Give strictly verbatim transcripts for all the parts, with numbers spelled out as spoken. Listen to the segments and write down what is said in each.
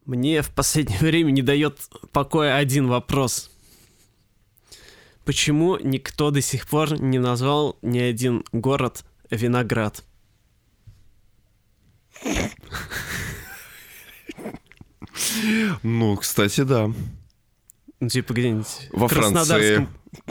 Мне в последнее время не дает покоя один вопрос. Почему никто до сих пор не назвал ни один город Виноград? Ну, кстати, да. Ну, типа где-нибудь во в Краснодарском...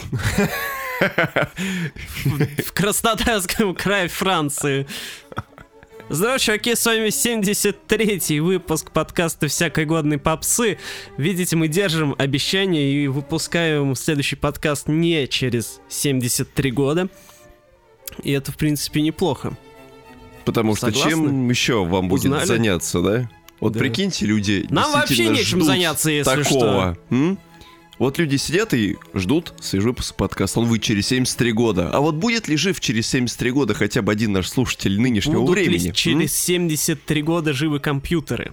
В Краснодарском крае Франции. Здравствуйте, чуваки, с вами семьдесят третий выпуск подкаста «Всякой годной попсы». Видите, мы держим обещание и выпускаем следующий подкаст не через семьдесят три года. И это, в принципе, неплохо. Потому Согласны? что чем еще вам будет Узнали? заняться, да? Вот Да. прикиньте, люди Нам вообще действительно нечем ждут заняться, если такого. М? Вот люди сидят и ждут свежий выпуск подкаста. Он выйдет через семьдесят три года. А вот будет ли жив через семьдесят три года хотя бы один наш слушатель нынешнего Будут времени? ли через семьдесят три года живы компьютеры?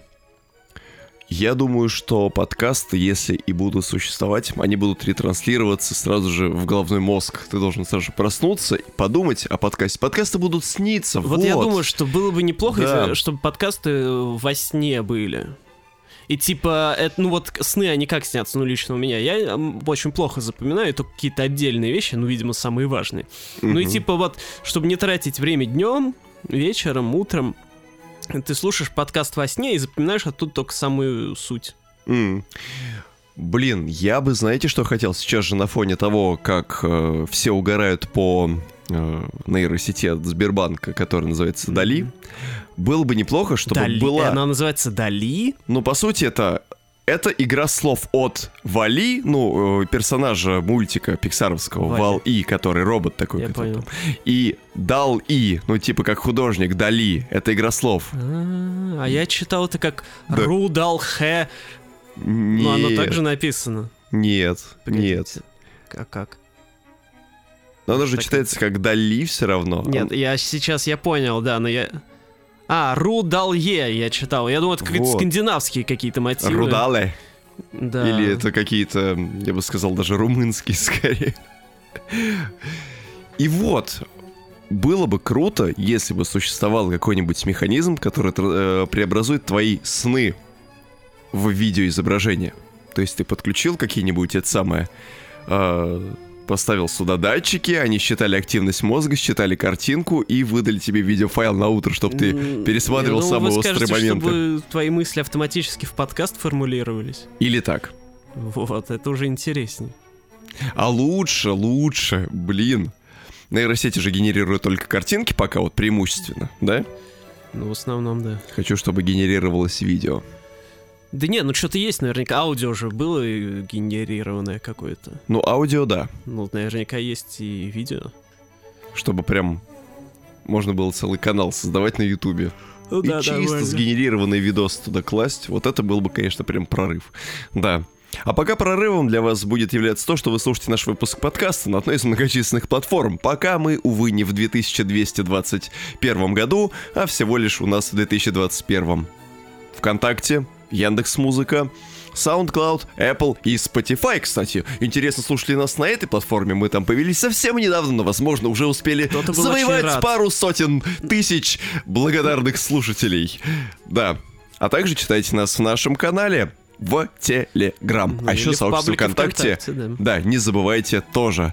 Я думаю, что подкасты, если и будут существовать, они будут ретранслироваться сразу же в головной мозг. Ты должен сразу же проснуться и подумать о подкасте. Подкасты будут сниться. Вот, Вот я думаю, что было бы неплохо, Да. если, чтобы подкасты во сне были. И типа, это, ну вот сны, они как снятся, ну лично у меня. Я м, очень плохо запоминаю, только какие-то отдельные вещи, ну, видимо, самые важные. Ну и Мгм. типа вот, чтобы не тратить время днем, вечером, утром, ты слушаешь подкаст во сне и запоминаешь оттуда только самую суть. М. Блин, я бы, знаете, что хотел? Сейчас же на фоне того, как э, все угорают по э, нейросети от Сбербанка, которая называется Дали, было бы неплохо, чтобы Дали, была... она называется Дали? Ну, по сути, это... Это игра слов от Вали, ну, э, персонажа мультика пиксаровского, Вали. Вал-И, который робот такой. Я который понял. там. И Дал-И, ну, типа как художник, Дали. Это игра слов. А, а я читал это как Да. Рудалхе. Ну, оно Нет, также написано. Нет, Погодите. нет. Как, как? Но оно же Так читается как Дали все равно. Нет, я сейчас я понял, да, но я... А, Рудалье я читал. Я думал, это какие-то Вот. скандинавские какие-то мотивы. Рудале. Да. Или это какие-то, я бы сказал, даже румынские скорее. И вот, было бы круто, если бы существовал какой-нибудь механизм, который э, преобразует твои сны в видеоизображение. То есть ты подключил какие-нибудь, это самое, э, поставил сюда датчики, они считали активность мозга, считали картинку и выдали тебе видеофайл на утро, чтобы ты М, пересматривал я думал, самые вы острые скажете, моменты. чтобы твои мысли автоматически в подкаст формулировались. Или так. Вот, это уже интересней. А лучше, лучше, блин. Нейросети же генерируют только картинки пока, вот преимущественно, да? Ну, в основном, да. Хочу, чтобы генерировалось видео. Да нет, ну что-то есть наверняка. Аудио же было и генерированное какое-то. Ну, аудио, да. Ну, наверняка есть и видео. Чтобы прям можно было целый канал создавать на Ютубе. Ну, И чисто сгенерированный видос туда класть. Вот это был бы, конечно, прям прорыв. Да. А пока прорывом для вас будет являться то, что вы слушаете наш выпуск подкаста на одной из многочисленных платформ. Пока мы, увы, не в две тысячи двести двадцать первом году, а всего лишь у нас в две тысячи двадцать первом. ВКонтакте, Яндекс.Музыка, SoundCloud, Apple и Spotify, кстати. Интересно, слушали нас на этой платформе? Мы там появились совсем недавно, но, возможно, уже успели Кто-то был очень завоевать рад. пару сотен тысяч благодарных слушателей. Да. А также читайте нас в нашем канале в Телеграм. Ну, А еще или в сообщество паблике ВКонтакте. ВКонтакте, да. Да, не забывайте тоже.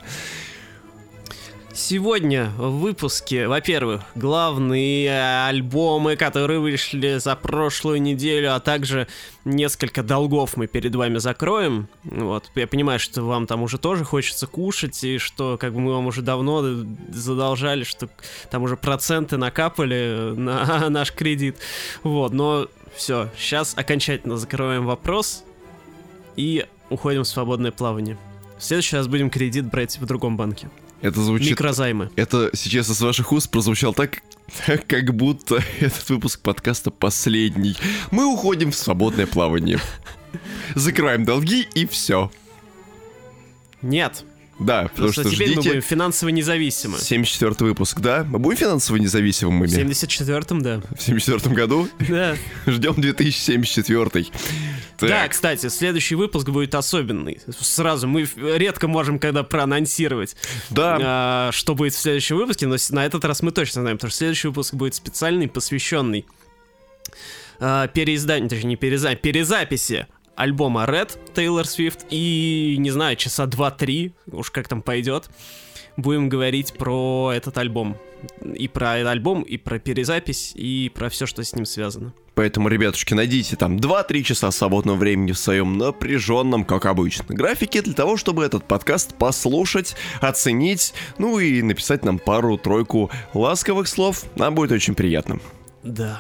Сегодня в выпуске, во-первых, главные альбомы, которые вышли за прошлую неделю, а также несколько долгов мы перед вами закроем. Вот, я понимаю, что вам там уже тоже хочется кушать, и что как бы мы вам уже давно задолжали, что там уже проценты накапали на наш кредит. Вот, но все, сейчас окончательно закрываем вопрос и уходим в свободное плавание. В следующий раз будем кредит брать в другом банке. Это звучит... Микрозаймы. Это сейчас из ваших уст прозвучало так, как будто этот выпуск подкаста последний. Мы уходим в свободное плавание. Закрываем долги и все. Нет. Да, потому Просто что теперь мы будем ждите финансово независимы. семьдесят четвёртый выпуск, да? Мы будем финансово независимыми? В семьдесят четвёртом, да. В семьдесят четвёртом году? Да. Ждем две тысячи семьдесят четвёртый. Так. Да, кстати, следующий выпуск будет особенный. Сразу, мы редко можем когда проанонсировать, Да. а, что будет в следующем выпуске, но с- на этот раз мы точно знаем, потому что следующий выпуск будет специальный, посвященный э, переиздания, точнее не переиздания, перезаписи альбома Red Тейлор Свифт, и, не знаю, часа два-три, уж как там пойдет, будем говорить про этот альбом. И про этот альбом, и про перезапись, и про все, что с ним связано. Поэтому, ребятушки, найдите там два-три часа свободного времени в своем напряженном, как обычно, графике для того, чтобы этот подкаст послушать, оценить, ну и написать нам пару-тройку ласковых слов. Нам будет очень приятно. Да.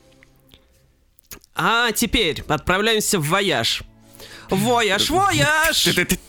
А теперь отправляемся в вояж. Вояж, вояж!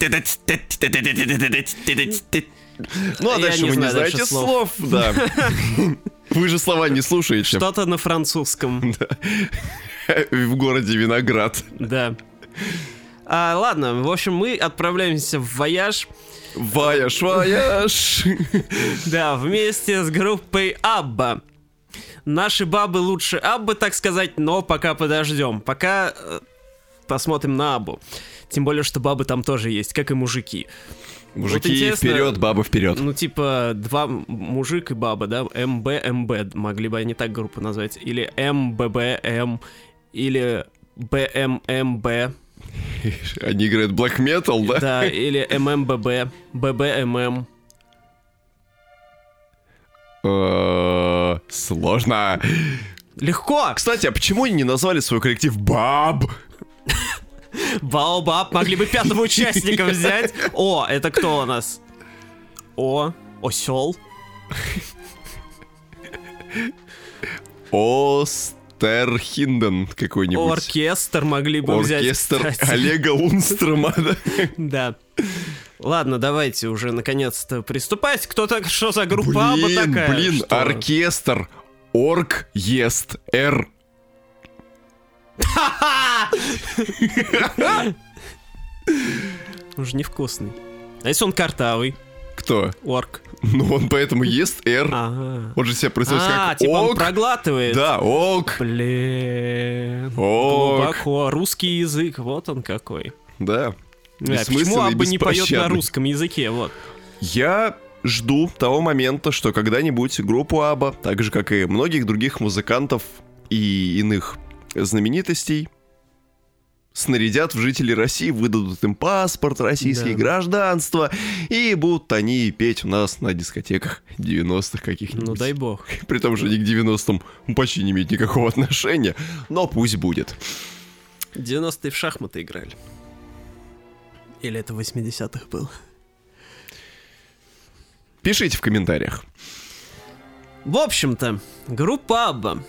Ну, а дальше вы не знаете слов, да. Вы же слова не слушаете. Что-то на французском. В городе Виноград. Да. А, ладно, в общем, мы отправляемся в вояж. Вояж, вояж. Да, вместе с группой Абба. Наши бабы лучше Аббы, так сказать, но пока подождем. Пока э, посмотрим на Аббу. Тем более, что бабы там тоже есть, как и мужики. Мужики вот вперед, бабы вперед. Ну, типа, два мужик и баба, да? эм бэ эм бэ, могли бы они так группу назвать. Или эм бэ бэ эм, или бэ эм эм бэ. Они играют black metal, да? Да, или эм эм бэ бэ, бэ бэ эм эм. Сложно. Легко! Кстати, а почему они не назвали свой коллектив Баб? Баобаб, могли бы пятого участника взять. О, это кто у нас? О, осел. Остерхинден какой-нибудь. Оркестр могли бы Оркестр взять. Оркестр Олега Лунстрома, да? Да. Ладно, давайте уже наконец-то приступать. Кто так, что за группа Абба такая? Блин, что? оркестр Орк ест Р. Он же невкусный. А если он картавый? Кто? Орк. Ну, он поэтому ест Р. Ага. Он же себя представляет А, как типа он ок. проглатывает? Да, ок. Блин. Ок. Глубоко. Русский язык, вот он какой. Да. Да, почему Абба не поет на русском языке, вот. Я жду того момента, что когда-нибудь группу Абба, так же, как и многих других музыкантов и иных знаменитостей, снарядят в жителей России, выдадут им паспорт, российские Да. гражданства, и будут они петь у нас на дискотеках девяностых каких-нибудь. Ну дай бог. При том, что они к девяностым почти не имеют никакого отношения, но пусть будет. девяностые в шахматы играли. Или это в восьмидесятых было? Пишите в комментариях. В общем-то, группа Абба.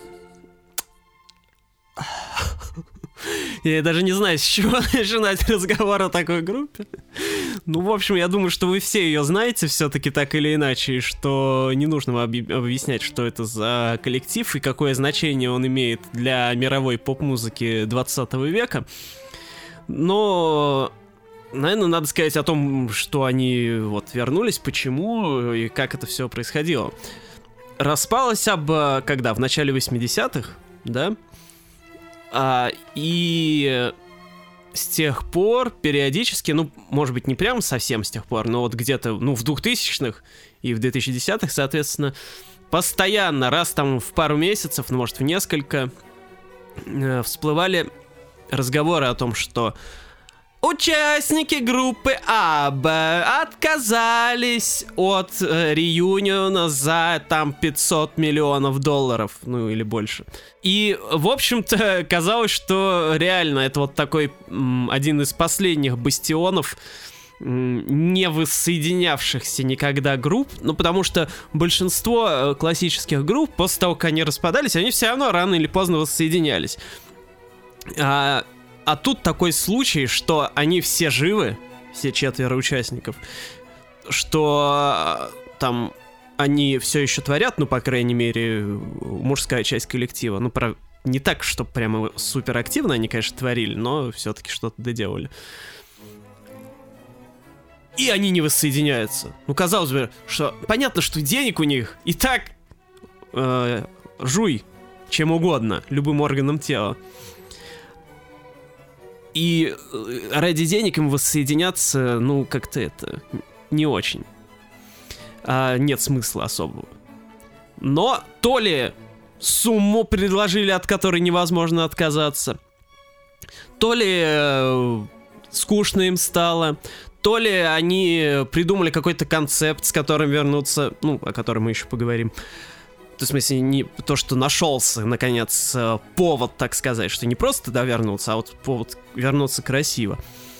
Я даже не знаю, с чего начинать разговор о такой группе. Ну, в общем, я думаю, что вы все ее знаете все-таки так или иначе, и что не нужно вам объ- объяснять, что это за коллектив и какое значение он имеет для мировой поп-музыки двадцатого века. Но, наверное, надо сказать о том, что они вот вернулись, почему и как это все происходило. Распалась Абба когда? В начале восьмидесятых, да? А, и с тех пор периодически, ну, может быть, не прям совсем с тех пор, но вот где-то, ну, в двухтысячных и в две тысячи десятых, соответственно, постоянно, раз там в пару месяцев, ну, может, в несколько, э, всплывали разговоры о том, что участники группы Абба отказались от э, реюниона за там пятьсот миллионов долларов, ну или больше. И, в общем-то, казалось, что реально это вот такой м, один из последних бастионов м, не воссоединявшихся никогда групп, ну потому что большинство э, классических групп после того, как они распадались, они все равно рано или поздно воссоединялись. А А тут такой случай, что они все живы, все четверо участников, что там они все еще творят, ну, по крайней мере, мужская часть коллектива. Ну, про... не так, что прямо супер активно они, конечно, творили, но все-таки что-то доделали. И они не воссоединяются. Ну, казалось бы, что понятно, что денег у них и так э, жуй чем угодно, любым органом тела. И ради денег им воссоединяться, ну, как-то это не очень. А, нет смысла особого. Но то ли сумму предложили, от которой невозможно отказаться. То ли э, скучно им стало, то ли они придумали какой-то концепт, с которым вернуться, ну, о котором мы еще поговорим. То, в смысле, не то, что нашелся, наконец, повод, так сказать, что не просто туда вернуться, а вот повод вернуться красиво.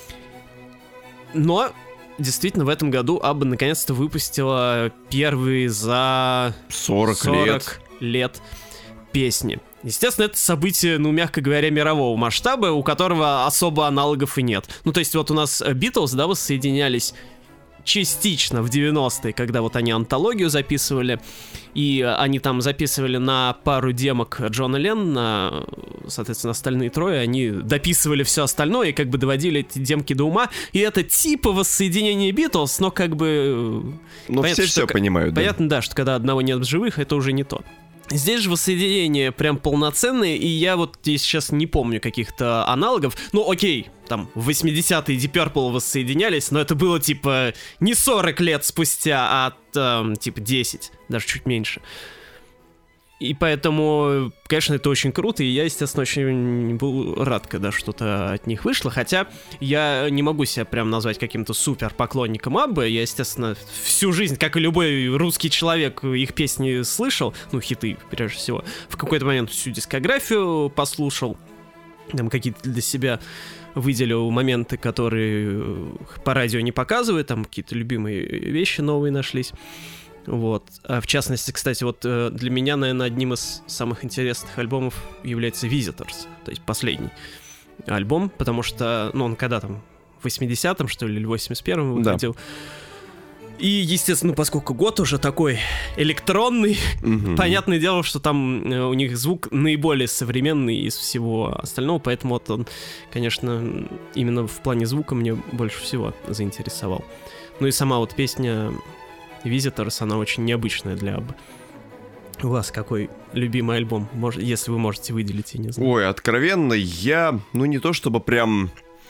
Но, действительно, в этом году Абба наконец-то выпустила первые за сорок, сорок лет. лет песни. Естественно, это событие, ну, мягко говоря, мирового масштаба, у которого особо аналогов и нет. Ну, то есть вот у нас Битлз, да, воссоединялись частично в девяностые, когда вот они антологию записывали, и они там записывали на пару демок Джона Леннона, соответственно, остальные трое, они дописывали все остальное и как бы доводили эти демки до ума, и это типа воссоединение Битлз, но как бы... Ну, все все понимают, да. Понятно, да, что когда одного нет в живых, это уже не то. Здесь же воссоединение прям полноценное, и я вот здесь сейчас не помню каких-то аналогов. Ну, окей, там в восьмидесятые Deep Purple воссоединялись, но это было типа не сорок лет спустя, а э, типа десять, даже чуть меньше. И поэтому, конечно, это очень круто, и я, естественно, очень был рад, когда что-то от них вышло, хотя я не могу себя прям назвать каким-то супер поклонником Аббы, я, естественно, всю жизнь, как и любой русский человек, их песни слышал, ну, хиты, прежде всего, в какой-то момент всю дискографию послушал, там какие-то для себя выделил моменты, которые по радио не показывают, там какие-то любимые вещи новые нашлись. Вот. А в частности, кстати, вот для меня, наверное, одним из самых интересных альбомов является Visitors, то есть последний альбом, потому что, ну, он когда там, в восьмидесятом, что ли, или в восемьдесят первом выходил. Да. И, естественно, поскольку год уже такой электронный, mm-hmm. понятное дело, что там у них звук наиболее современный из всего остального, поэтому вот он, конечно, именно в плане звука мне больше всего заинтересовал. Ну и сама вот песня Visitors, она очень необычная для Аббы. У вас какой любимый альбом, может, если вы можете выделить, я не знаю. Ой, откровенно, я, ну не то чтобы прям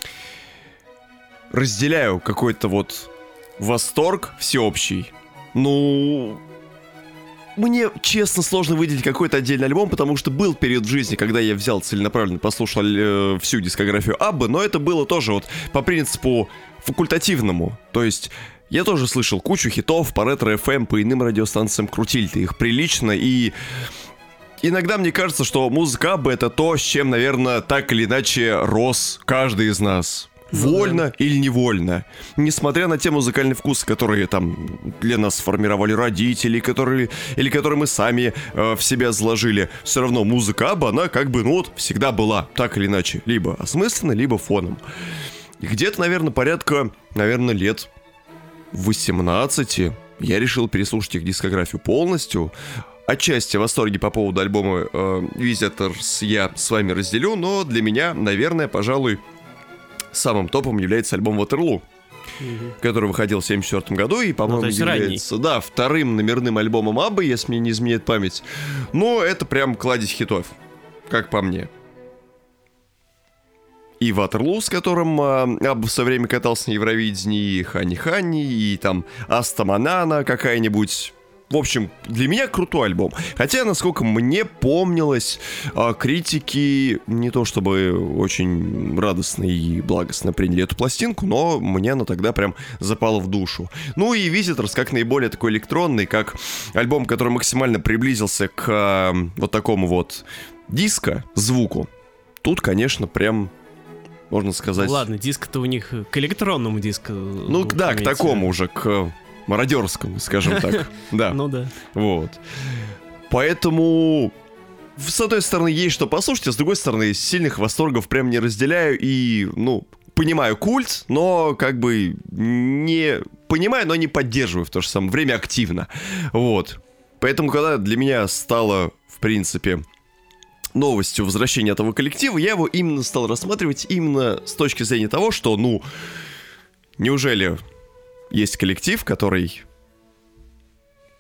разделяю какой-то вот восторг всеобщий. Ну, мне, честно, сложно выделить какой-то отдельный альбом, потому что был период в жизни, когда я взял целенаправленно, послушал э, всю дискографию Аббы, но это было тоже вот по принципу факультативному, то есть... Я тоже слышал кучу хитов по ретро-эф эм, по иным радиостанциям, крутили-то их прилично, и иногда мне кажется, что музыка Аббы — это то, с чем, наверное, так или иначе рос каждый из нас. Вольно mm-hmm. или невольно. Несмотря на те музыкальные вкусы, которые там для нас сформировали родители, которые, или которые мы сами э, в себя заложили, все равно музыка Аббы, она как бы, ну вот, всегда была, так или иначе, либо осмысленно, либо фоном. И где-то, наверное, порядка, наверное, лет восемнадцати я решил переслушать их дискографию полностью. Отчасти в восторге по поводу альбома э, Visitors я с вами разделю, но для меня, наверное, пожалуй, самым топом является альбом Waterloo, mm-hmm. который выходил в семьдесят четвёртом году и, по-моему, ну, является, да, вторым номерным альбомом Аббы, если мне не изменяет память. Но это прям кладезь хитов, как по мне. И Waterloo, с которым э, Абба в свое время катался на Евровидении, и Хани-Хани, и там Аста Манана какая-нибудь. В общем, для меня крутой альбом. Хотя, насколько мне помнилось, э, критики не то чтобы очень радостно и благостно приняли эту пластинку, но мне она тогда прям запала в душу. Ну и Visitors, как наиболее такой электронный, как альбом, который максимально приблизился к э, вот такому вот диско-звуку. Тут, конечно, прям... можно сказать... Ну, ладно, диск-то у них к электронному диску. Ну, да, к такому уже, к мародерскому, скажем так. Да. Ну да. Вот. Поэтому, с одной стороны, есть что послушать, а с другой стороны, сильных восторгов прям не разделяю и, ну, понимаю культ, но как бы не... понимаю, но не поддерживаю в то же самое время активно. Вот. Поэтому, когда для меня стало, в принципе... новостью возвращения этого коллектива, я его именно стал рассматривать именно с точки зрения того, что, ну, неужели есть коллектив, который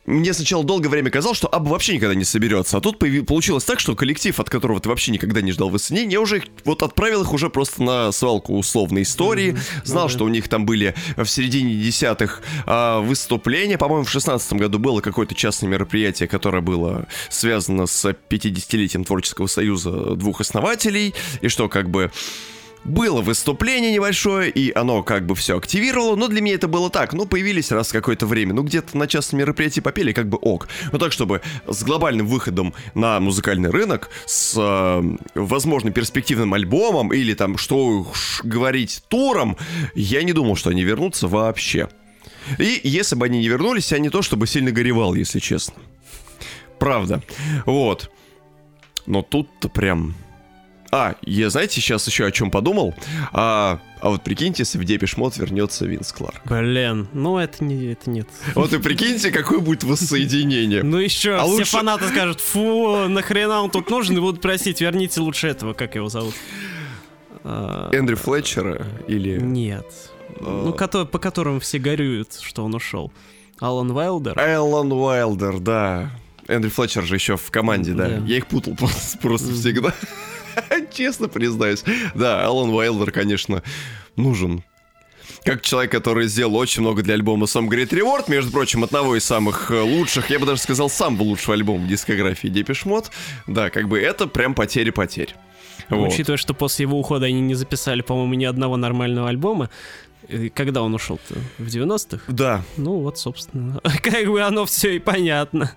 мне сначала долгое время казалось, что Абба вообще никогда не соберется. А тут появи- получилось так, что коллектив, от которого ты вообще никогда не ждал воссоединения, я уже вот отправил их уже просто на свалку условной истории. Mm-hmm. Знал, mm-hmm. что у них там были в середине десятых а, выступления. По-моему, в шестнадцатом году было какое-то частное мероприятие, которое было связано с пятидесятилетием Творческого союза двух основателей. И что как бы... Было выступление небольшое, и оно как бы все активировало, но для меня это было так, ну, появились раз в какое-то время, ну, где-то на частном мероприятии попели, как бы ок. Ну, так, чтобы с глобальным выходом на музыкальный рынок, с, э, возможно, перспективным альбомом, или там, что уж говорить, туром, я не думал, что они вернутся вообще. И если бы они не вернулись, я не то чтобы сильно горевал, если честно. Правда. Вот. Но тут-то прям... А, я, знаете, сейчас еще о чем подумал? А, а вот прикиньте, если в Депеш Мод вернется Винс Кларк. Блин, ну это не, это нет. Вот и прикиньте, какое будет воссоединение. Ну еще, все фанаты скажут, фу, нахрена он тут нужен, и будут просить, верните лучше этого, как его зовут? Эндрю Флетчера или... Нет. Ну, по которым все горюют, что он ушел. Алан Уайлдер? Алан Уайлдер, да. Эндрю Флетчер же еще в команде, да. Я их путал просто всегда. Честно признаюсь. Да, Алан Уайлдер, конечно, нужен. Как человек, который сделал очень много для альбома Some Great Reward, между прочим, одного из самых лучших, я бы даже сказал, самого лучшего альбома в дискографии Депеш Мод. Да, как бы это прям потери-потерь. Вот. Учитывая, что после его ухода они не записали, по-моему, ни одного нормального альбома. Когда он ушел-то? В девяностых? Да. Ну вот, собственно, как бы оно все и понятно.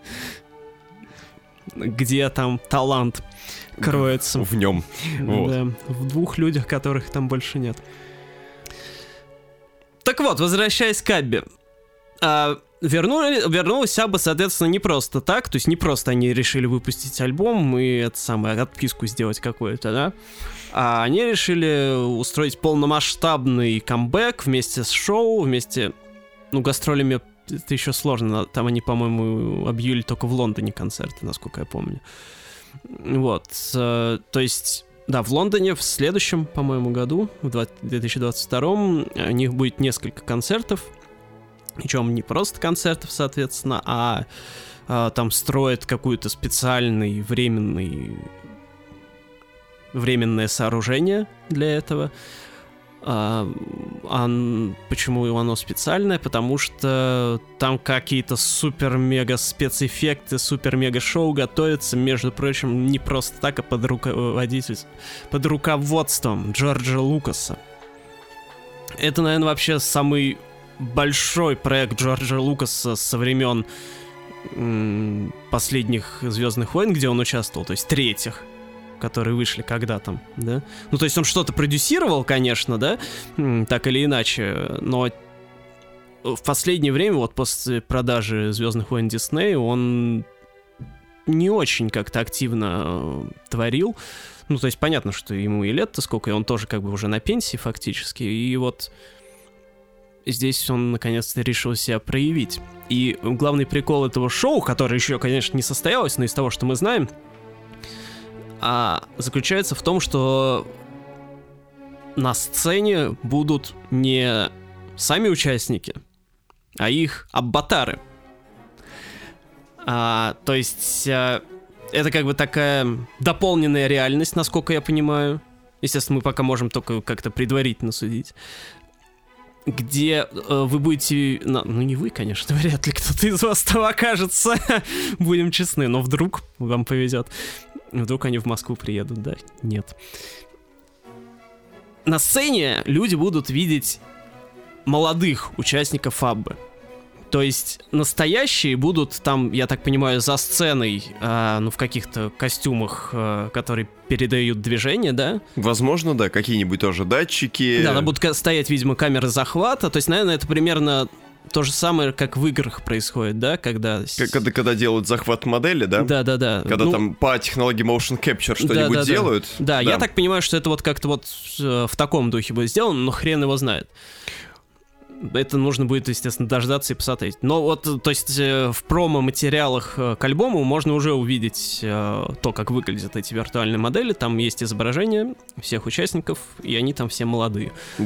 Где там талант кроется. В нем. Вот. Да, в двух людях, которых там больше нет. Так вот, возвращаясь к Аббе. А, вернули, вернулась Абба, соответственно, не просто так. То есть не просто они решили выпустить альбом и это самое, отписку сделать какую-то, да? А они решили устроить полномасштабный камбэк вместе с шоу, вместе, ну, гастролями. Это еще сложно. Там они, по-моему, объявили только в Лондоне концерты, насколько я помню. Вот. То есть, да, в Лондоне в следующем, по-моему, году, в две тысячи двадцать втором, у них будет несколько концертов. Причем не просто концертов, соответственно, а, а там строят какую-то специальный временный временное сооружение для этого. А, а, почему оно специальное? Потому что там какие-то супер-мега спецэффекты, супер-мега-шоу готовятся, между прочим, не просто так, а под, руководительством, под руководством Джорджа Лукаса. Это, наверное, вообще самый большой проект Джорджа Лукаса со времен м- последних «Звездных войн», где он участвовал, то есть третьих, которые вышли когда там, да? Ну, то есть он что-то продюсировал, конечно, да, так или иначе, но в последнее время, вот после продажи «Звездных войн» Диснею, он не очень как-то активно э, творил. Ну, то есть понятно, что ему и лет-то сколько, и он тоже как бы уже на пенсии фактически, и вот здесь он наконец-то решил себя проявить. И главный прикол этого шоу, которое еще, конечно, не состоялось, но из того, что мы знаем, а заключается в том, что на сцене будут не сами участники, а их аватары. А, то есть а, это как бы такая дополненная реальность, насколько я понимаю. Естественно, мы пока можем только как-то предварительно судить. Где э, вы будете... Ну, не вы, конечно, вряд ли кто-то из вас там окажется. Будем честны, но вдруг вам повезет. Вдруг они в Москву приедут, да? Нет. На сцене люди будут видеть молодых участников Аббы. То есть настоящие будут там, я так понимаю, за сценой, э, ну, в каких-то костюмах, э, которые передают движение, да? Возможно, да, какие-нибудь тоже датчики. Да, там будут стоять, видимо, камеры захвата. То есть, наверное, это примерно то же самое, как в играх происходит, да, когда... Когда, когда делают захват модели, да? Да-да-да. Когда ну, там по технологии motion capture что-нибудь да, да, делают. Да. Да, да, я так понимаю, что это вот как-то вот в таком духе будет сделано, но хрен его знает. Это нужно будет, естественно, дождаться и посмотреть. Но вот, то есть, в промо-материалах к альбому можно уже увидеть то, как выглядят эти виртуальные модели. Там есть изображения всех участников, и они там все молодые. Да.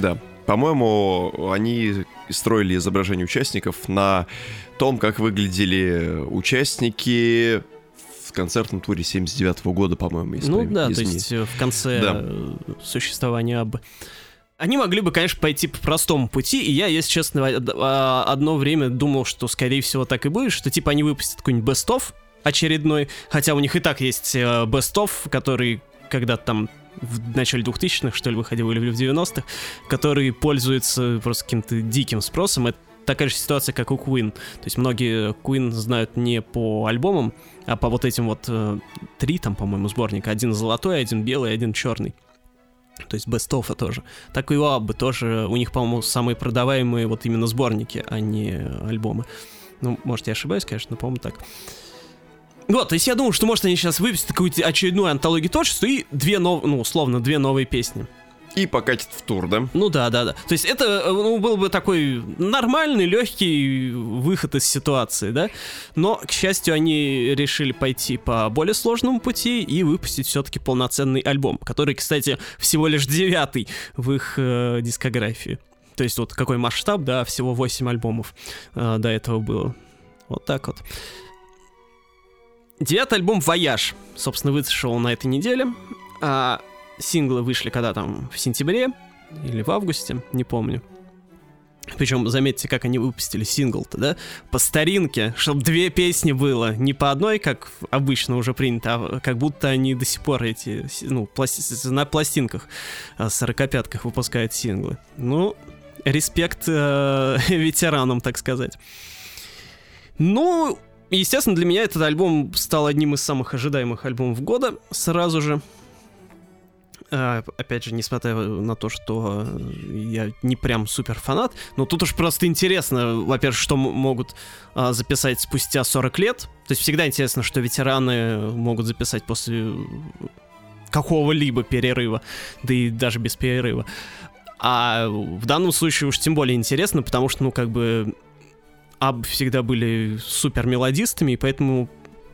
По-моему, они строили изображение участников на том, как выглядели участники в концертном туре семьдесят девятого года, по-моему, если Ну да, изменить. то есть в конце Да. существования Аббы. Они могли бы, конечно, пойти по простому пути, и я, если честно, одно время думал, что, скорее всего, так и будет, что, типа, они выпустят какой-нибудь best-of очередной, хотя у них и так есть best-of, который когда-то там в начале двухтысячных, что ли, выходил, или в девяностых, который пользуется просто каким-то диким спросом. Это такая же ситуация, как у Queen. То есть многие Queen знают не по альбомам, а по вот этим вот э, три, там, по-моему, сборника. Один золотой, один белый, один черный. То есть бест-оффа тоже. Так и у Аббы тоже. У них, по-моему, самые продаваемые вот именно сборники, а не альбомы. Ну, может, я ошибаюсь, конечно, но, по-моему, так. Вот, то есть я думаю, что, может, они сейчас выпустят какую-то очередную антологию творчества и две новые, ну, условно, две новые песни. И покатит в тур, да? Ну да, да, да. То есть это, ну, был бы такой нормальный, легкий выход из ситуации, да? Но, к счастью, они решили пойти по более сложному пути и выпустить все-таки полноценный альбом, который, кстати, всего лишь девятый в их э, дискографии. То есть вот какой масштаб, да, всего восемь альбомов э, до этого было. Вот так вот. Девятый альбом «Вояж», собственно, вышел на этой неделе. А синглы вышли когда там, в сентябре или в августе, не помню. Причем, заметьте, как они выпустили сингл-то, да? По старинке, чтобы две песни было. Не по одной, как обычно уже принято, а как будто они до сих пор эти, ну, пласти- на пластинках, сорокопятках выпускают синглы. Ну, респект э, ветеранам, так сказать. Ну... Естественно, для меня этот альбом стал одним из самых ожидаемых альбомов года сразу же. А, опять же, несмотря на то, что я не прям супер фанат, но тут уж просто интересно, во-первых, что м- могут а, записать спустя сорок лет. То есть всегда интересно, что ветераны могут записать после какого-либо перерыва, да и даже без перерыва. А в данном случае уж тем более интересно, потому что, ну, как бы... Аббы всегда были супер мелодистами, и поэтому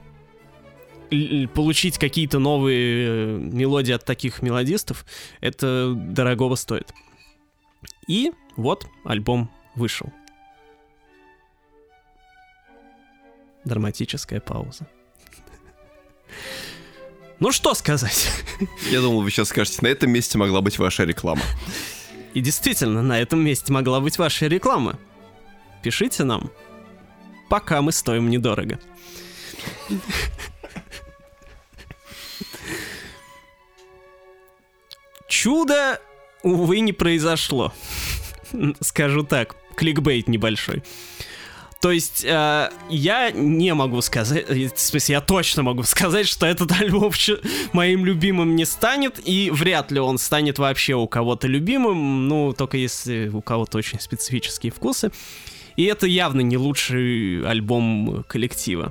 л- получить какие-то новые мелодии от таких мелодистов, это дорогого стоит. И вот альбом вышел. Драматическая пауза. Ну что сказать? Я думал, вы сейчас скажете, на этом месте могла быть ваша реклама. И действительно, на этом месте могла быть ваша реклама. Пишите нам, пока мы стоим недорого. Чудо, увы, не произошло. Скажу так, кликбейт небольшой. То есть э, я не могу сказать, в смысле, я точно могу сказать, что этот альбом моим любимым не станет, и вряд ли он станет вообще у кого-то любимым, ну, только если у кого-то очень специфические вкусы. И это явно не лучший альбом коллектива.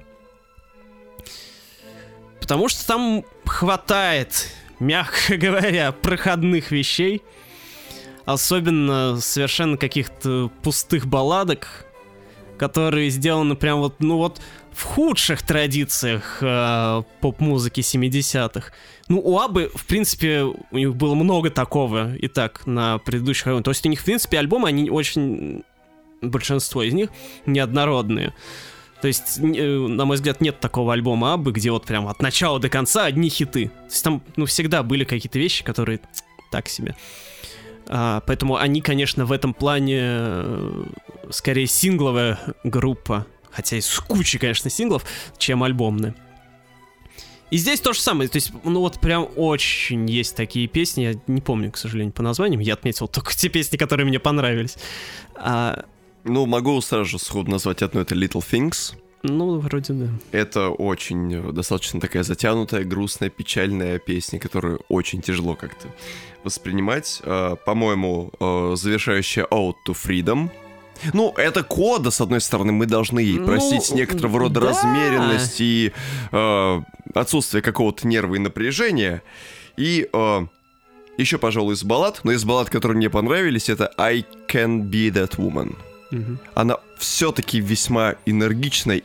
Потому что там хватает, мягко говоря, проходных вещей, особенно совершенно каких-то пустых балладок, которые сделаны прям вот, ну вот, в худших традициях э, поп-музыки семидесятых. Ну, у Аббы, в принципе, у них было много такого и так на предыдущих альбомах. То есть у них, в принципе, альбомы, они очень... Большинство из них неоднородные. То есть, на мой взгляд, нет такого альбома Аббы, где вот прям от начала до конца одни хиты. То есть там, ну, всегда были какие-то вещи, которые так себе. А, поэтому они, конечно, в этом плане скорее сингловая группа, хотя и с кучей, конечно, синглов, чем альбомные. И здесь то же самое, то есть, ну вот прям очень есть такие песни, я не помню, к сожалению, по названиям, я отметил только те песни, которые мне понравились. А... Ну, могу сразу же сходу назвать одну, это Little Things. Ну, вроде да. Это очень достаточно такая затянутая, грустная, печальная песня, которую очень тяжело как-то воспринимать. По-моему, завершающая Out to Freedom. Ну, это кода, с одной стороны, мы должны ей простить ну, некоторого рода да. размеренность и э, отсутствие какого-то нерва и напряжения. И э, еще, пожалуй, из баллад, но из баллад, которые мне понравились, это I Can Be That Woman. Угу. Она все-таки весьма энергичная и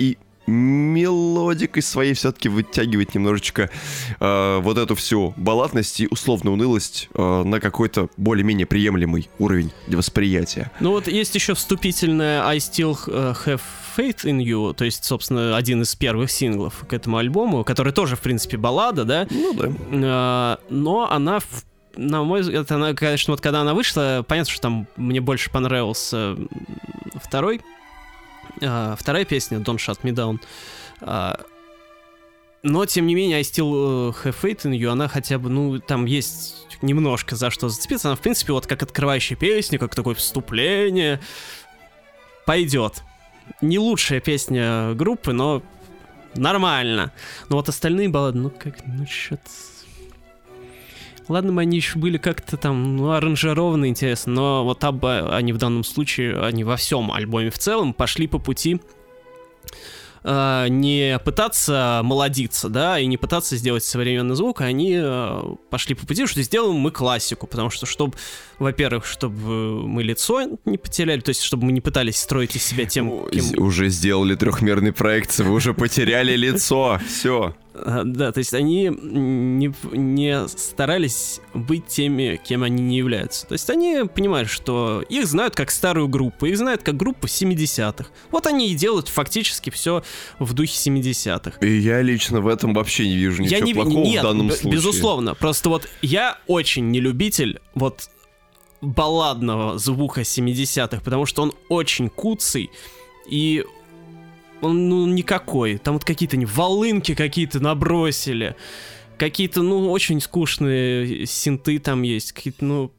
мелодикой своей все-таки вытягивает немножечко э, вот эту всю балладность и условную унылость э, на какой-то более-менее приемлемый уровень для восприятия. Ну вот есть еще вступительная I Still Have Faith in You, то есть, собственно, один из первых синглов к этому альбому, который тоже, в принципе, баллада, да? Ну да. Э, но она, на мой взгляд, она, конечно, вот когда она вышла, понятно, что там мне больше понравился второй Uh, вторая песня Don't Shut Me Down, uh, но тем не менее I Still Have Faith in You, она хотя бы, ну, там есть немножко за что зацепиться. Она, в принципе, вот как открывающая песня, как такое вступление, пойдет. Не лучшая песня группы, но нормально. Но вот остальные баллады, ну как, ну что-то... Ладно бы они еще были как-то там, ну, аранжированы, интересно, но вот Абба, они в данном случае, они во всем альбоме в целом пошли по пути э, не пытаться молодиться, да, и не пытаться сделать современный звук, они э, пошли по пути, что сделаем мы классику, потому что, чтобы, во-первых, чтобы мы лицо не потеряли, то есть, чтобы мы не пытались строить из себя тем, кем... Уже сделали трехмерный проекцию, вы уже потеряли лицо, все. Да, то есть они не, не старались быть теми, кем они не являются. То есть они понимают, что их знают как старую группу, их знают как группу семидесятых. Вот они и делают фактически все в духе семидесятых. И я лично в этом вообще не вижу ничего я не, плохого нет, в данном б- случае. Безусловно. Просто вот я очень не любитель вот балладного звука семидесятых, потому что он очень куцый и... Он, ну, никакой. Там вот какие-то не, волынки какие-то набросили. Какие-то, ну, очень скучные синты там есть. Какие-то, ну...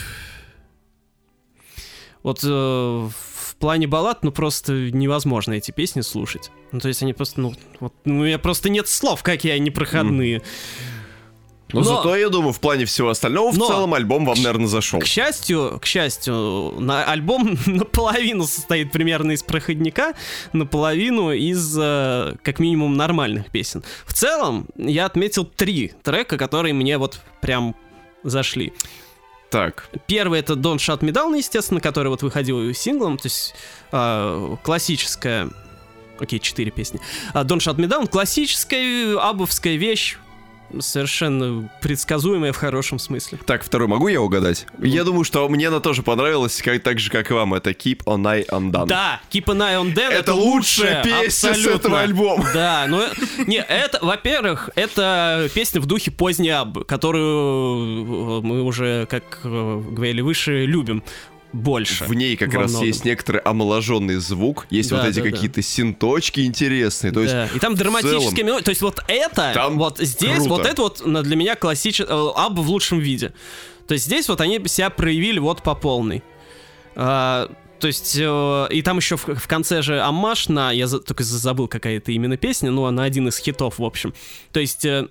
Вот э, в плане баллад, ну, просто невозможно эти песни слушать. Ну, то есть они просто, ну... Вот, ну, у меня просто нет слов, какие они проходные. Mm. Но, но зато, я думаю, в плане всего остального, но, в целом, альбом вам, наверное, зашел. К счастью, к счастью, на, альбом наполовину состоит примерно из проходника, наполовину из, э, как минимум, нормальных песен. В целом, я отметил три трека, которые мне вот прям зашли. Так. Первый — это Don't Shut Me Down, естественно, который вот выходил синглом, то есть э, классическая... Окей, четыре песни. Don't Shut Me Down — классическая аббовская вещь, совершенно предсказуемая в хорошем смысле. Так, второй могу я угадать? Mm. Я думаю, что мне она тоже понравилась, как, так же, как и вам. Это Keep an Eye on Dan. Да, Keep an Eye on Dan — это, это лучшая песня абсолютно. С этого альбома. Да, ну, не, это, во-первых, это песня в духе поздней Аббы, которую мы уже, как говорили выше, любим. Больше. В ней как раз многом. Есть некоторый омоложенный звук, есть да, вот эти да, какие-то да. синточки интересные. То да. есть, и там драматические мелодии. То есть вот это, там вот здесь, круто. Вот это вот для меня классический Абба в лучшем виде. То есть здесь вот они себя проявили вот по полной. А, то есть, э, и там еще в, в конце же оммаж на, я за, только забыл, какая это именно песня, но на один из хитов, в общем. То есть... Э,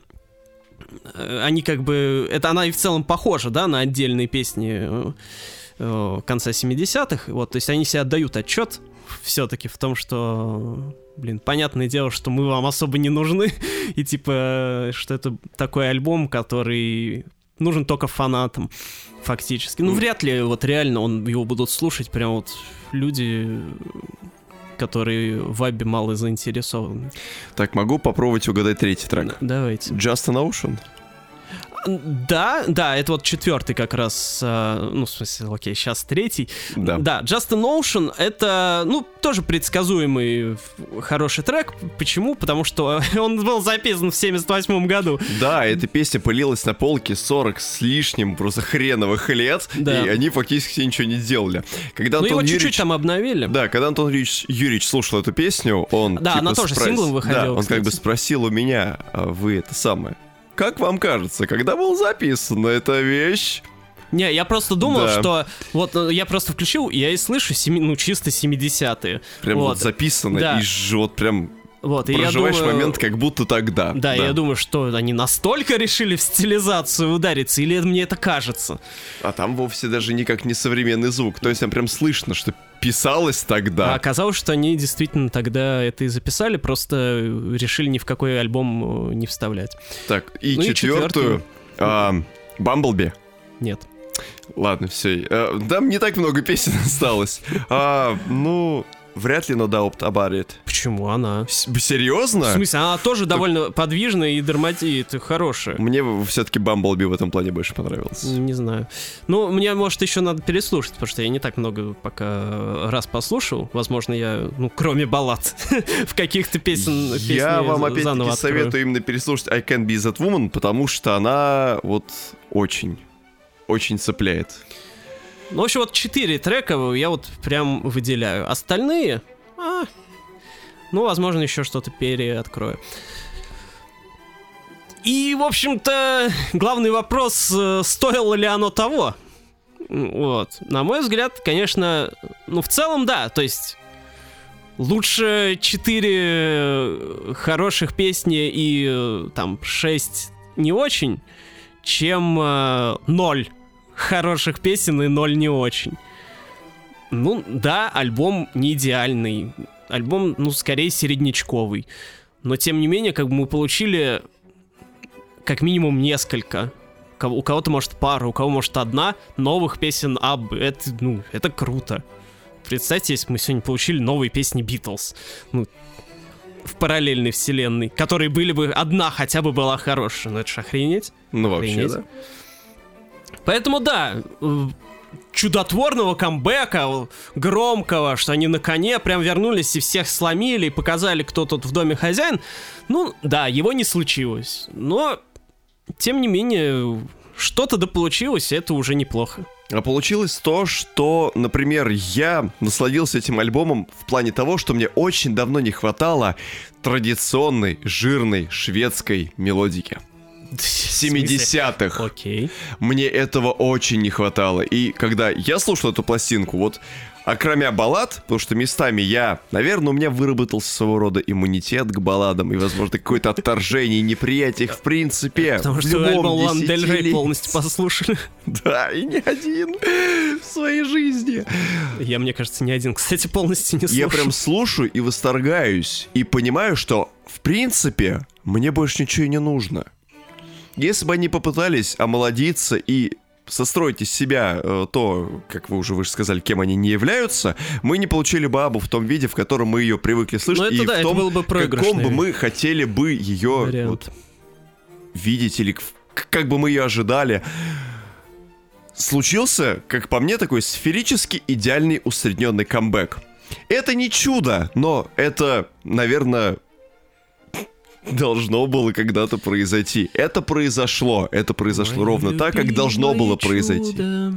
они как бы... Это она и в целом похожа, да, на отдельные песни конца семидесятых, вот, то есть они себе отдают отчет все-таки в том, что, блин, понятное дело, что мы вам особо не нужны, и типа, что это такой альбом, который нужен только фанатам, фактически. Ну, вряд ли вот реально он, его будут слушать прям вот люди, которые в Аббе мало заинтересованы. Так, могу попробовать угадать третий трек? Давайте. Just an Ocean? Да, да, это вот четвертый как раз, э, ну, в смысле, окей, сейчас третий. Да. Да, Just an Ocean — это, ну, тоже предсказуемый хороший трек. Почему? Потому что он был записан в семьдесят восьмом году. Да, эта песня пылилась на полке сорок с лишним просто хреновых лет, да. И они фактически ничего не делали. Когда ну, Антон его Юрьевич... чуть-чуть там обновили. Да, когда Антон Юрьевич, Юрьевич слушал эту песню, он... Да, типа, она тоже спрос... синглом выходила, да, он кстати. как бы спросил у меня, а вы это самое... Как вам кажется, когда был записан эта вещь? Не, я просто думал, да. что... Вот я просто включил, я и слышу, семи, ну, чисто семидесятые. Прям вот, вот записано, да. И вот прям... Вот, проживаешь думаю, момент, как будто тогда. Да, да, я думаю, что они настолько решили в стилизацию удариться, или мне это кажется? А там вовсе даже никак не современный звук. То есть там прям слышно, что писалось тогда. А оказалось, что они действительно тогда это и записали, просто решили ни в какой альбом не вставлять. Так, и ну четвертую... Бамблби? Нет. Ладно, все. Там не так много песен осталось. А, ну... вряд ли no doubt about it. Почему она? С- Серьезно? В смысле, она тоже довольно подвижная и драматит, хорошая. Мне все-таки Бамблби в этом плане больше понравился. Не знаю. Ну, мне, может, еще надо переслушать, потому что я не так много пока раз послушал. Возможно, я, ну, кроме баллад, в каких-то песен, Я вам опять-таки заново советую открою. именно переслушать I Can't Be That Woman, потому что она вот очень, очень цепляет. Ну, в общем, вот четыре трека я вот прям выделяю. Остальные, а, ну, возможно, еще что-то переоткрою. И, в общем-то, главный вопрос, э, стоило ли оно того? Вот. На мой взгляд, конечно, ну, в целом, да. То есть, лучше четыре хороших песни и, э, там, шесть не очень, чем э, ноль хороших песен и ноль не очень. Ну, да, альбом не идеальный. Альбом, ну, скорее середнячковый. Но, тем не менее, как бы мы получили как минимум несколько. У кого-то, может, пара, у кого, может, одна новых песен Аббы. Это, ну, это круто. Представьте, если бы мы сегодня получили новые песни Битлз. Ну, в параллельной вселенной. Которые были бы... Одна хотя бы была хорошая. Ну, это ж охренеть. Ну, вообще, Охренеть. да. Поэтому, да, чудотворного камбэка, громкого, что они на коне прям вернулись и всех сломили, и показали, кто тут в доме хозяин. Ну, да, его не случилось. Но, тем не менее, что-то да получилось, и это уже неплохо. А получилось то, что, например, я насладился этим альбомом в плане того, что мне очень давно не хватало традиционной, жирной шведской мелодики. семидесятых. Окей. Мне этого очень не хватало. И когда я слушал эту пластинку, вот, окромя баллад, потому что местами я, наверное, у меня выработался своего рода иммунитет к балладам и, возможно, какое-то отторжение и неприятие их в принципе. Потому в что любом альбом Ланы Дель Рей десятилетии. полностью послушали. Да, и не один в своей жизни. Я, мне кажется, ни один, кстати, полностью не слушал. Я прям слушаю и восторгаюсь, и понимаю, что, в принципе, мне больше ничего и не нужно. Если бы они попытались омолодиться и состроить из себя э, то, как вы уже выше сказали, кем они не являются, мы не получили бы Аббу в том виде, в котором мы ее привыкли слышать, Ну, это и да, в это том, был бы проигрышный каком бы мы хотели бы ее вот, видеть, или к- как бы мы ее ожидали. Случился, как по мне, такой сферически идеальный усредненный камбэк. Это не чудо, но это, наверное... должно было когда-то произойти. Это произошло. Это произошло Мое ровно так, как должно было любимое произойти. чудо.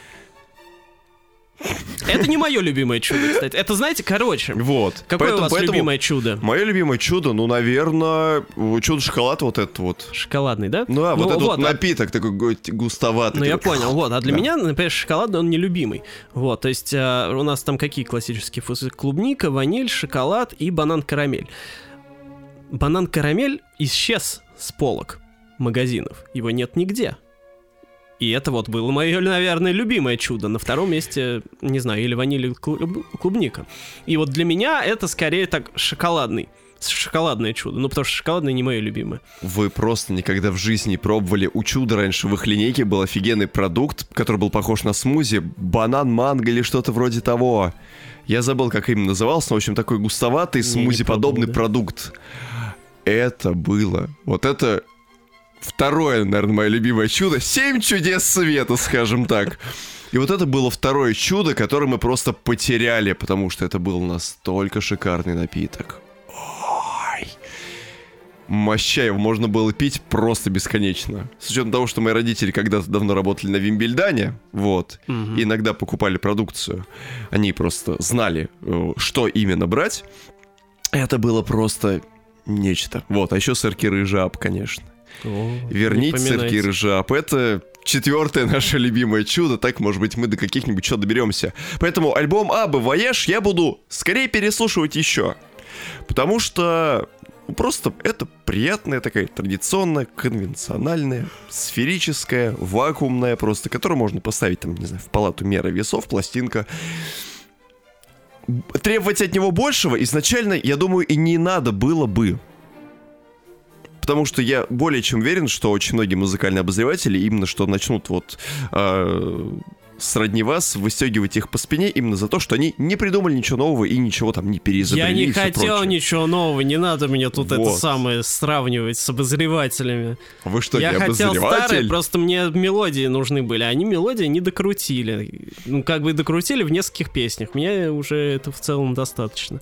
Это не мое любимое чудо, кстати. Это, знаете, короче. Вот. Какое Поэтому- у вас поэтому любимое чудо? Мое любимое чудо, ну, наверное, чудо-шоколад вот этот вот. Шоколадный, да? Ну, а вот этот вот а- напиток такой гу- густоватый. Ну, я такой. понял, вот. А для Да. меня, например, шоколадный, он нелюбимый. Вот, то есть а, у нас там какие классические вкусы? Клубника, ваниль, шоколад и банан-карамель. Банан-карамель исчез с полок магазинов. Его нет нигде. И это вот было мое, наверное, любимое чудо. На втором месте, не знаю, или ваниль, или клуб- клубника. И вот для меня это скорее так шоколадный. Шоколадное чудо. Ну, потому что шоколадное не мое любимое. Вы просто никогда в жизни не пробовали. У Чуда раньше в их линейке был офигенный продукт, который был похож на смузи. Банан-манго или что-то вроде того. Я забыл, как именно назывался, но, в общем, такой густоватый, Не, не смузи-подобный пробовал, да. продукт. Это было... Вот это... Второе, наверное, мое любимое чудо. Семь чудес света, скажем так. И вот это было второе чудо, которое мы просто потеряли, потому что это был настолько шикарный напиток. Ой. Моща его можно было пить просто бесконечно. С учетом того, что мои родители когда-то давно работали на Вимбельдане, вот, Мгм. и иногда покупали продукцию, они просто знали, э, что именно брать. Это было просто нечто. Вот, а еще сырки рыжап, конечно. О, Верните не сырки поминайте. рыжап. Это четвертое наше любимое чудо. Так, может быть, мы до каких-нибудь чего доберемся. Поэтому альбом Аббы «Вояж» я буду скорее переслушивать еще. Потому что ну, просто это приятная такая традиционная, конвенциональная, сферическая, вакуумная просто, которую можно поставить там, не знаю, в палату меры весов, пластинка. Требовать от него большего изначально, я думаю, и не надо было бы. Потому что я более чем уверен, что очень многие музыкальные обозреватели именно что начнут вот э, сродни вас, выстегивать их по спине именно за то, что они не придумали ничего нового и ничего там не переизобрели. Я не и всё хотел прочее. ничего нового, не надо меня тут Вот. это самое сравнивать с обозревателями. Вы что, Я не хотел обозреватель? старые, просто мне мелодии нужны были, а они мелодии не докрутили. Ну, как бы докрутили в нескольких песнях. Мне уже это в целом достаточно.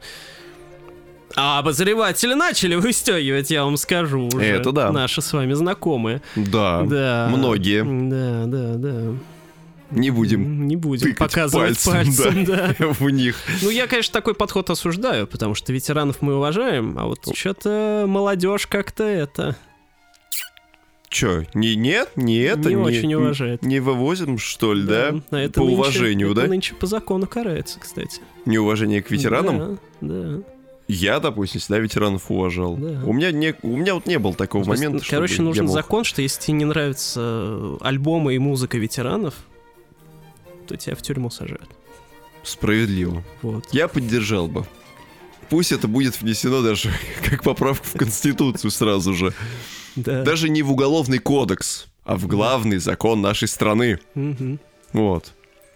А обозреватели начали выстегивать, я вам скажу уже. Это да. Наши с вами знакомые. Да, Да. многие. Да, да, да. Не будем Не будем тыкать показывать пальцем, пальцем, да. в них. Ну, я, конечно, такой подход осуждаю, потому что ветеранов мы уважаем, а вот что-то молодежь как-то это... Чё, не, нет, не это? Не очень уважает. Не вывозим, что ли, да? А это По нынче- уважению, это да? нынче по закону карается, кстати. Неуважение к ветеранам? Да, да. Я, допустим, всегда ветеранов уважал. Да. У меня не, у меня вот не было такого То есть, момента, чтобы короче, я нужен мог- закон, что если тебе не нравятся альбомы и музыка ветеранов, то тебя в тюрьму сажают. Справедливо. Вот. Я поддержал бы. Пусть это будет внесено даже как поправка в Конституцию сразу же. Да. Даже не в уголовный кодекс, а в главный закон нашей страны. Мгм. Вот.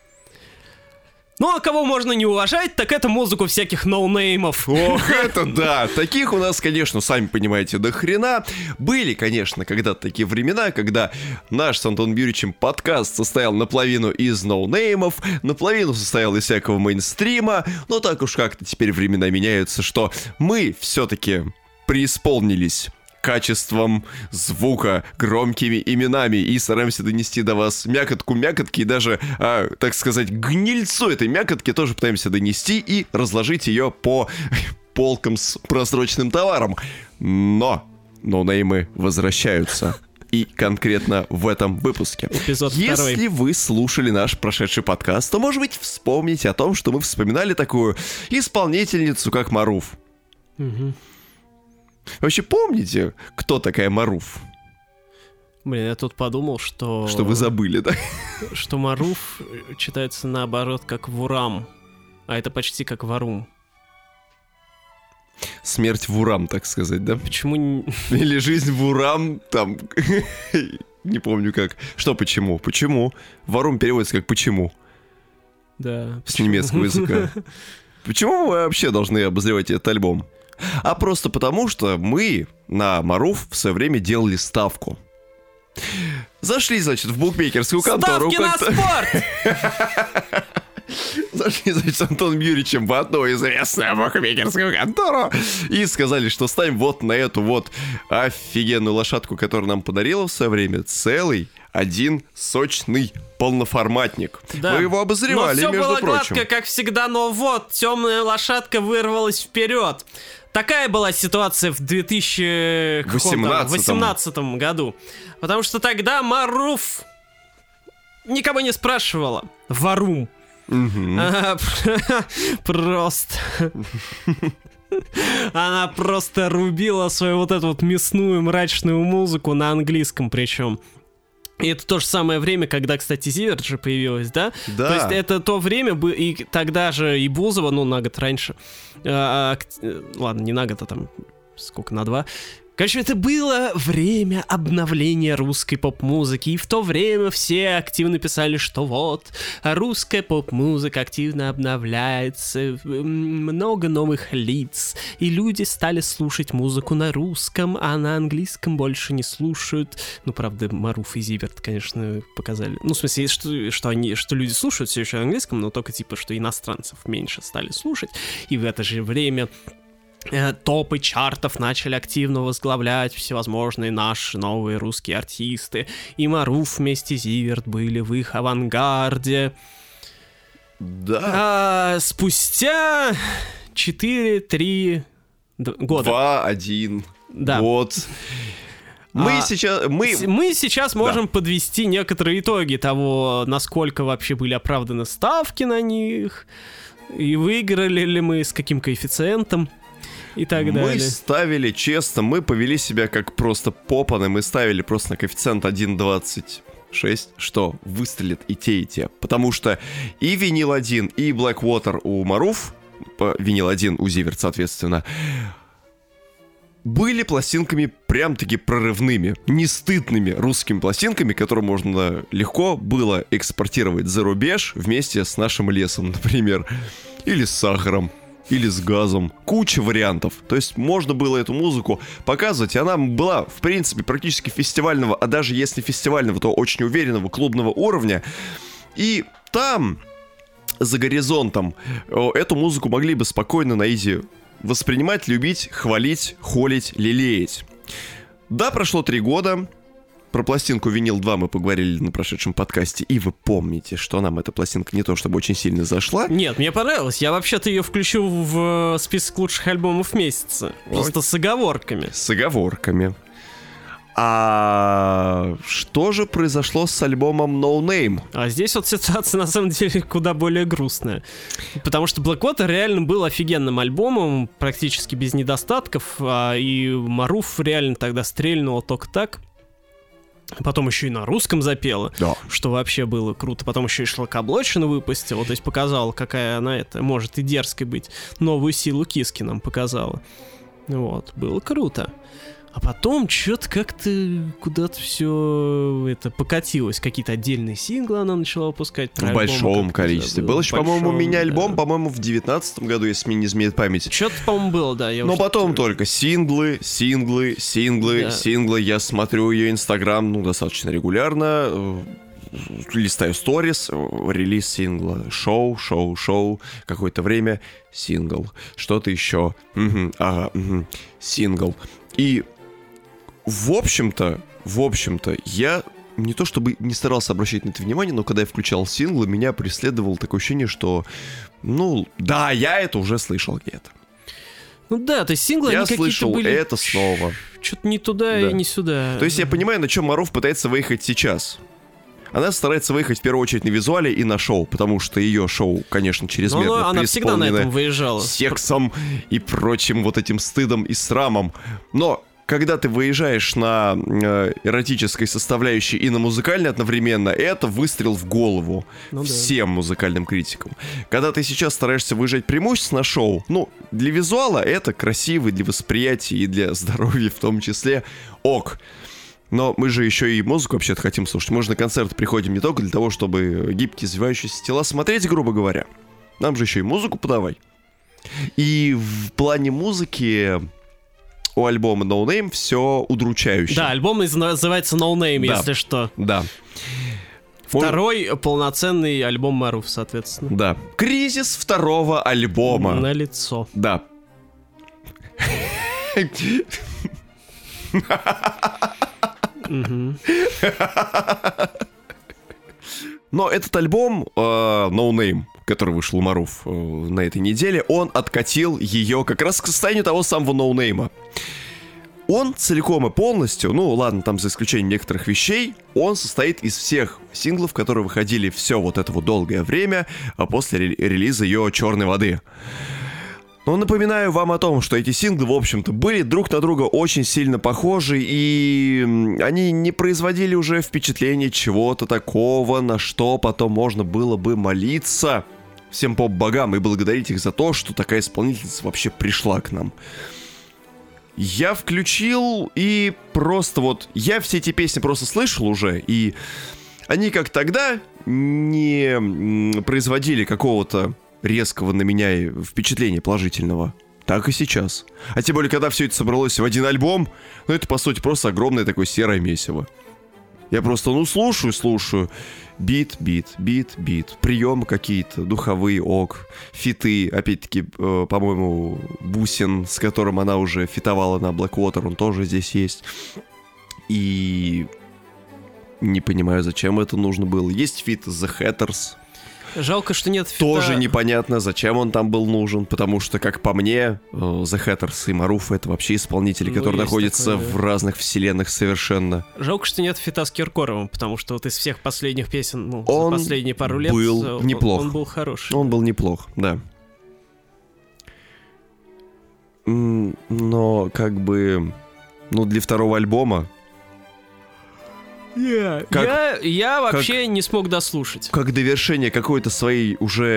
Ну, а кого можно не уважать, так это музыку всяких ноунеймов. Ох, это да! Таких у нас, конечно, сами понимаете, до хрена. Были, конечно, когда-то такие времена, когда наш с Антоном Юрьевичем подкаст состоял наполовину из ноунеймов, наполовину состоял из всякого мейнстрима, но так уж как-то теперь времена меняются, что мы все-таки преисполнились качеством звука, громкими именами и стараемся донести до вас мякотку мякотки и даже, а, так сказать, гнильцу этой мякотки тоже пытаемся донести и разложить ее по полкам с просроченным товаром. Но ноунеймы возвращаются. И конкретно в этом выпуске. Эпизод Если второй. вы слушали наш прошедший подкаст, то, может быть, вспомните о том, что мы вспоминали такую исполнительницу, как Маруф. Мгм. Вообще помните, кто такая Маруф? Блин, я тут подумал, что... Что вы забыли, да? Что Маруф читается наоборот как Вурам, а это почти как Варум. Смерть в Урам, так сказать, да? Почему... не- Или жизнь в Урам, там... Не помню как. Что почему? Почему? Варум переводится как «почему» Да. с немецкого языка. Почему мы вообще должны обозревать этот альбом? А просто потому, что мы на Маруф в свое время делали ставку. Зашли, значит, в букмекерскую контору. Ставки на как-то- спорт! Зашли, значит, с Антоном Юрьевичем в одну известную букмекерскую контору и сказали, что ставим вот на эту вот офигенную лошадку, которую нам подарила в свое время, целый один сочный полноформатник. Да. Мы его обозревали, но все между было прочим. гладко, как всегда, но вот, темная лошадка вырвалась вперед. Такая была ситуация в две тысячи восемнадцатом году. Потому что тогда Маруф никого не спрашивала. Варум. Мгм. А, Просто... Она просто рубила свою вот эту вот мясную мрачную музыку на английском причем. И это то же самое время, когда, кстати, Зиверт же появилась, да? Да. То есть это то время, бы- и тогда же и Бузова, ну, на год раньше, а, ак- э, ладно, не на год, а там, сколько, на два. Короче, это было время обновления русской поп-музыки, и в то время все активно писали, что вот, русская поп-музыка активно обновляется, м, много новых лиц, и люди стали слушать музыку на русском, а на английском больше не слушают. Ну, правда, Маруф и Зиверт, конечно, показали. Ну, в смысле, что, что, они, что люди слушают все еще на английском, но только типа, что иностранцев меньше стали слушать, и в это же время... Э, топы чартов начали активно возглавлять всевозможные наши новые русские артисты. И Маруф вместе с Зиверт были в их авангарде. Да. А спустя четыре-три года. Два, один. Да. Вот. Мы А, сейчас... Мы... С- Мы сейчас можем подвести некоторые итоги того, насколько вообще были оправданы ставки на них, и выиграли ли мы, с каким коэффициентом, и так Мы далее. ставили честно, мы повели себя как просто попаны, мы ставили просто на коэффициент один двадцать шесть, что выстрелит и те, и те. Потому что и винил один, и Blackwater у Маруф, по- винил один у Зиверт, соответственно, были пластинками прям-таки прорывными, нестыдными русскими пластинками, которые можно легко было экспортировать за рубеж вместе с нашим лесом, например, или с сахаром, или с газом. Куча вариантов. То есть можно было эту музыку показывать, и она была, в принципе, практически фестивального, а даже если фестивального, то очень уверенного клубного уровня. И там, за горизонтом, эту музыку могли бы спокойно на изи воспринимать, любить, хвалить, холить, лелеять. Да, прошло три года. Про пластинку «Винил два» мы поговорили на прошедшем подкасте, и вы помните, что нам эта пластинка не то чтобы очень сильно зашла. Нет, мне понравилось. Я вообще-то ее включу в список лучших альбомов месяца. Просто с оговорками. С оговорками. А что же произошло с альбомом No Name? А здесь вот ситуация на самом деле куда более грустная. Потому что Blackwater реально был офигенным альбомом, практически без недостатков, а и Маруф реально тогда стрельнула только так. Потом еще и на русском запела, да. Что вообще было круто. Потом еще и шлакоблочину выпустила, то есть показала, какая она это может и дерзкой быть. Новую силу Киски нам показала. Вот, было круто. А потом что-то как-то куда-то все это покатилось. Какие-то отдельные синглы она начала выпускать. В большом количестве. Был еще, по-моему, у меня альбом, да. По-моему, в девятнадцатом году, если мне не изменяет память. Что-то, по-моему, было, да. Я Но уже... потом только синглы, синглы, синглы, да. синглы. Я смотрю ее инстаграм, ну, достаточно регулярно. Листаю сторис, релиз сингла, шоу, шоу, шоу, какое-то время, сингл, что-то еще, угу, ага, угу, сингл. И в общем-то, в общем-то, я не то чтобы не старался обращать на это внимание, но когда я включал синглы, меня преследовало такое ощущение, что, ну, да, я это уже слышал где-то. Ну да, то есть синглы, я они какие-то слышал были... это снова. Что-то не туда да. и не сюда. То есть я понимаю, на чем Маруф пытается выехать сейчас. Она старается выехать в первую очередь на визуале и на шоу, потому что ее шоу, конечно, чрезмерно преисполнено она всегда на этом выезжала. Сексом и прочим вот этим стыдом и срамом. Но когда ты выезжаешь на э, эротической составляющей и на музыкальной одновременно, это выстрел в голову ну, всем да. музыкальным критикам. Когда ты сейчас стараешься выезжать преимущественно на шоу, ну, для визуала это красиво, для восприятия и для здоровья в том числе ок. Но мы же еще и музыку вообще-то хотим слушать. Мы же на концерты приходим не только для того, чтобы гибкие, извивающиеся тела смотреть, грубо говоря. Нам же еще и музыку подавай. И в плане музыки у альбома No Name все удручающе. Да, альбом называется No Name, да. если что. Да. Второй Он... полноценный альбом Маруф, соответственно. Да. Кризис второго альбома. Налицо. Да. Но этот альбом uh, No Name, который вышел у Маруф uh, на этой неделе, он откатил ее как раз к состоянию того самого No Name. Он целиком и полностью, ну ладно, там за исключением некоторых вещей, он состоит из всех синглов, которые выходили все вот это вот долгое время после ре- релиза ее «Черной воды». Но напоминаю вам о том, что эти синглы, в общем-то, были друг на друга очень сильно похожи, и они не производили уже впечатление чего-то такого, на что потом можно было бы молиться всем поп-богам и благодарить их за то, что такая исполнительница вообще пришла к нам. Я включил и просто вот... Я все эти песни просто слышал уже, и они как тогда не производили какого-то резкого на меня впечатления положительного, так и сейчас. А тем более, когда все это собралось в один альбом, ну это, по сути, просто огромное такое серое месиво. Я просто, ну, слушаю, слушаю. Бит, бит, бит, бит. Приемы какие-то, духовые, ок. Фиты, опять-таки, э, по-моему, Бусин, с которым она уже фитовала на Blackwater, он тоже здесь есть. И не понимаю, зачем это нужно было. Есть фит The Hatters. Жалко, что нет фита. Тоже непонятно, зачем он там был нужен, потому что, как по мне, The Hatters и Маруф — это вообще исполнители, ну, которые находятся такое, в разных вселенных совершенно. Жалко, что нет фита с Киркоровым, потому что вот из всех последних песен, ну, он за последние пару лет был он, неплох. Он был хороший. Он был неплох, да. Но, как бы, ну, для второго альбома Yeah. Как, я, я вообще как, не смог дослушать. Как довершение какой-то своей уже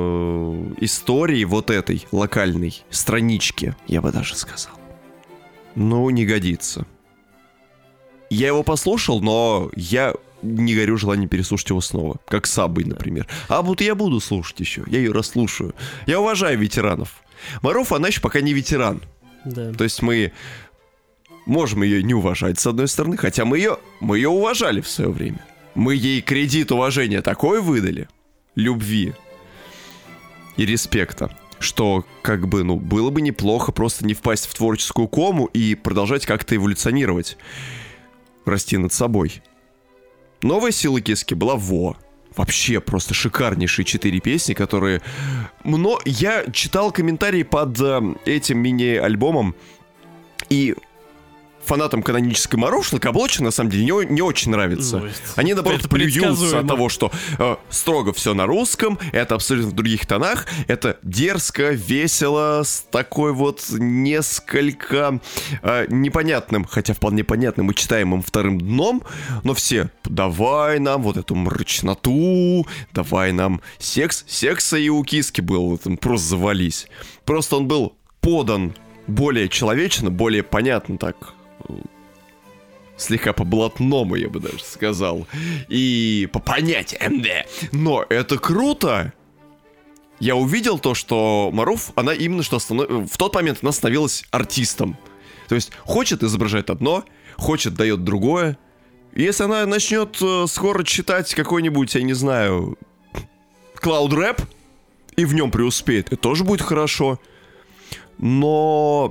э, истории, вот этой локальной странички, я бы даже сказал. Ну, не годится. Я его послушал, но я не горю желанием переслушать его снова. Как Саббой, например. А вот я буду слушать еще. Я ее расслушаю. Я уважаю ветеранов. Маруф, она еще пока не ветеран. Да. То есть мы можем ее не уважать, с одной стороны, хотя мы ее, мы ее уважали в свое время. Мы ей кредит уважения такой выдали, любви и респекта, что как бы, ну, было бы неплохо просто не впасть в творческую кому и продолжать как-то эволюционировать, расти над собой. Новая сила Киски была во. Вообще просто шикарнейшие четыре песни, которые... Но я читал комментарии под э, этим мини-альбомом, и фанатам канонической Маруф шлакоблочина на самом деле не, не очень нравится. Ну, Они, наоборот, плюются от того, что э, строго все на русском, это абсолютно в других тонах, это дерзко, весело, с такой вот несколько э, непонятным, хотя вполне понятным и читаемым вторым дном, но все, давай нам вот эту мрачноту, давай нам секс. Секса и у Киски был, там просто завались. Просто он был подан более человечно, более понятно так, слегка по-блатному, я бы даже сказал. И по понятиям, да. Но это круто. Я увидел то, что Маруф, она именно что останов... в тот момент она становилась артистом. То есть хочет изображать одно, хочет дает другое. И если она начнет э, скоро читать какой-нибудь, я не знаю, клауд-рэп, и в нем преуспеет, это тоже будет хорошо. Но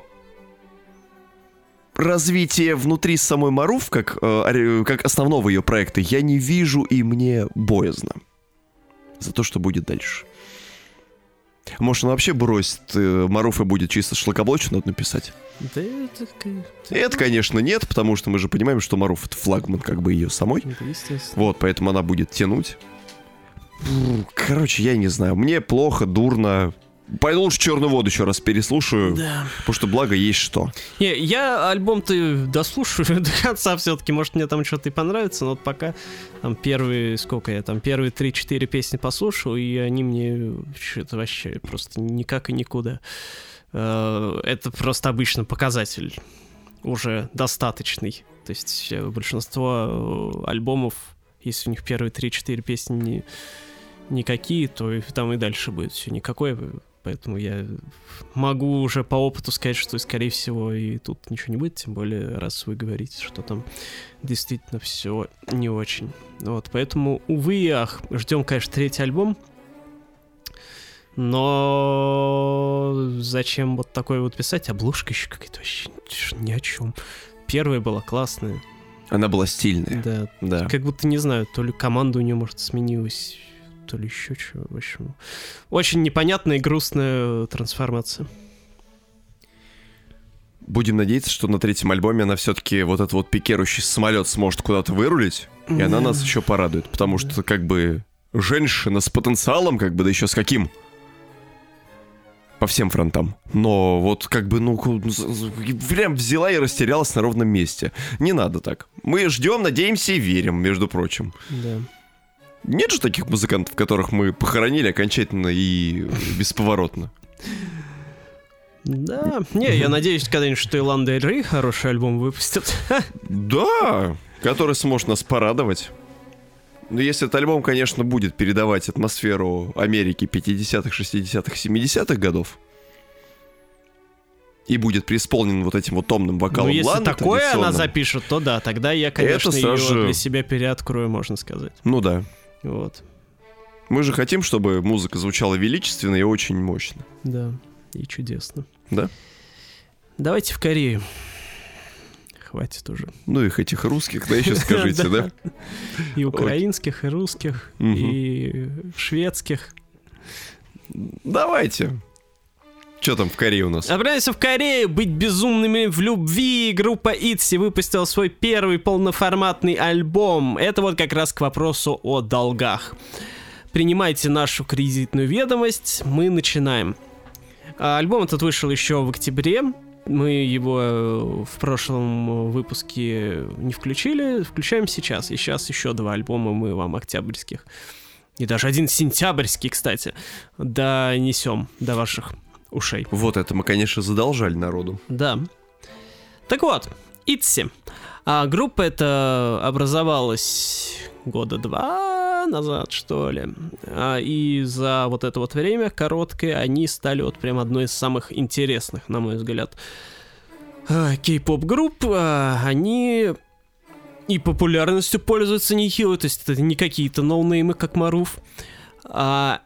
развитие внутри самой Маруф, как, э, как основного ее проекта, я не вижу, и мне боязно за то, что будет дальше. Может, он вообще бросит э, Маруф и будет чисто шлакоблочно написать? Да это... Это, конечно, нет, потому что мы же понимаем, что Маруф — это флагман как бы ее самой. Это естественно. Вот, поэтому она будет тянуть. Короче, я не знаю. Мне плохо, дурно. Пойду лучше «Черную воду» еще раз переслушаю, да. Потому что благо есть что. Не, я альбом-то дослушаю до конца все-таки, может мне там что-то и понравится, но вот пока там первые, сколько я там, первые три-четыре песни послушал, и они мне что-то вообще просто никак и никуда. Это просто обычно показатель уже достаточный. То есть большинство альбомов, если у них первые три-четыре песни не... никакие, то там и дальше будет все никакое, поэтому я могу уже по опыту сказать, что, скорее всего, и тут ничего не будет, тем более, раз вы говорите, что там действительно все не очень. Вот, поэтому, увы и ах, ждем, конечно, третий альбом, но зачем вот такой вот писать? Обложка еще какая-то вообще ни о чем. Первая была классная. Она была стильная. Да, да. Как будто, не знаю, то ли команда у нее, может, сменилась, то ли еще чего. В общем, очень непонятная и грустная трансформация. Будем надеяться, что на третьем альбоме она все-таки вот этот вот пикирующий самолет сможет куда-то вырулить, и yeah. она нас еще порадует, потому yeah. что как бы женщина с потенциалом, как бы, да еще с каким? По всем фронтам. Но вот как бы, ну, прям взяла и растерялась на ровном месте. Не надо так. Мы ждем, надеемся и верим, между прочим. Да. Нет же таких музыкантов, которых мы похоронили окончательно и бесповоротно. Да. Не, я надеюсь, когда-нибудь, что и Лана Дель Рей хороший альбом выпустит. Да, который сможет нас порадовать. Но если этот альбом, конечно, будет передавать атмосферу Америки пятидесятых, шестидесятых, семидесятых годов и будет преисполнен вот этим вот томным вокалом Ланы. Ну, если Ланы, такое она запишет, то да, тогда я, конечно, ее сразу... для себя переоткрою, можно сказать. Ну да. Вот. Мы же хотим, чтобы музыка звучала величественно и очень мощно. Да, и чудесно. Да? Давайте в Корею. Хватит уже. Ну, их этих русских, да, еще скажите, да? И украинских, и русских, и шведских. Давайте. Что там в Корее у нас? Отправляемся в Корею. Быть безумными в любви. Группа итси выпустила свой первый полноформатный альбом. Это вот как раз к вопросу о долгах. Принимайте нашу кредитную ведомость. Мы начинаем. Альбом этот вышел еще в октябре. Мы его в прошлом выпуске не включили, включаем сейчас. И сейчас еще два альбома мы вам октябрьских, и даже один сентябрьский, кстати, донесем до ваших ушей. Вот это мы, конечно, задолжали народу. Да. Так вот, итси. А группа эта образовалась года два назад, что ли. А, и за вот это вот время короткое они стали вот прям одной из самых интересных, на мой взгляд, кей-поп групп. А, они и популярностью пользуются нехило, то есть это не какие-то ноунеймы, как Марув. А,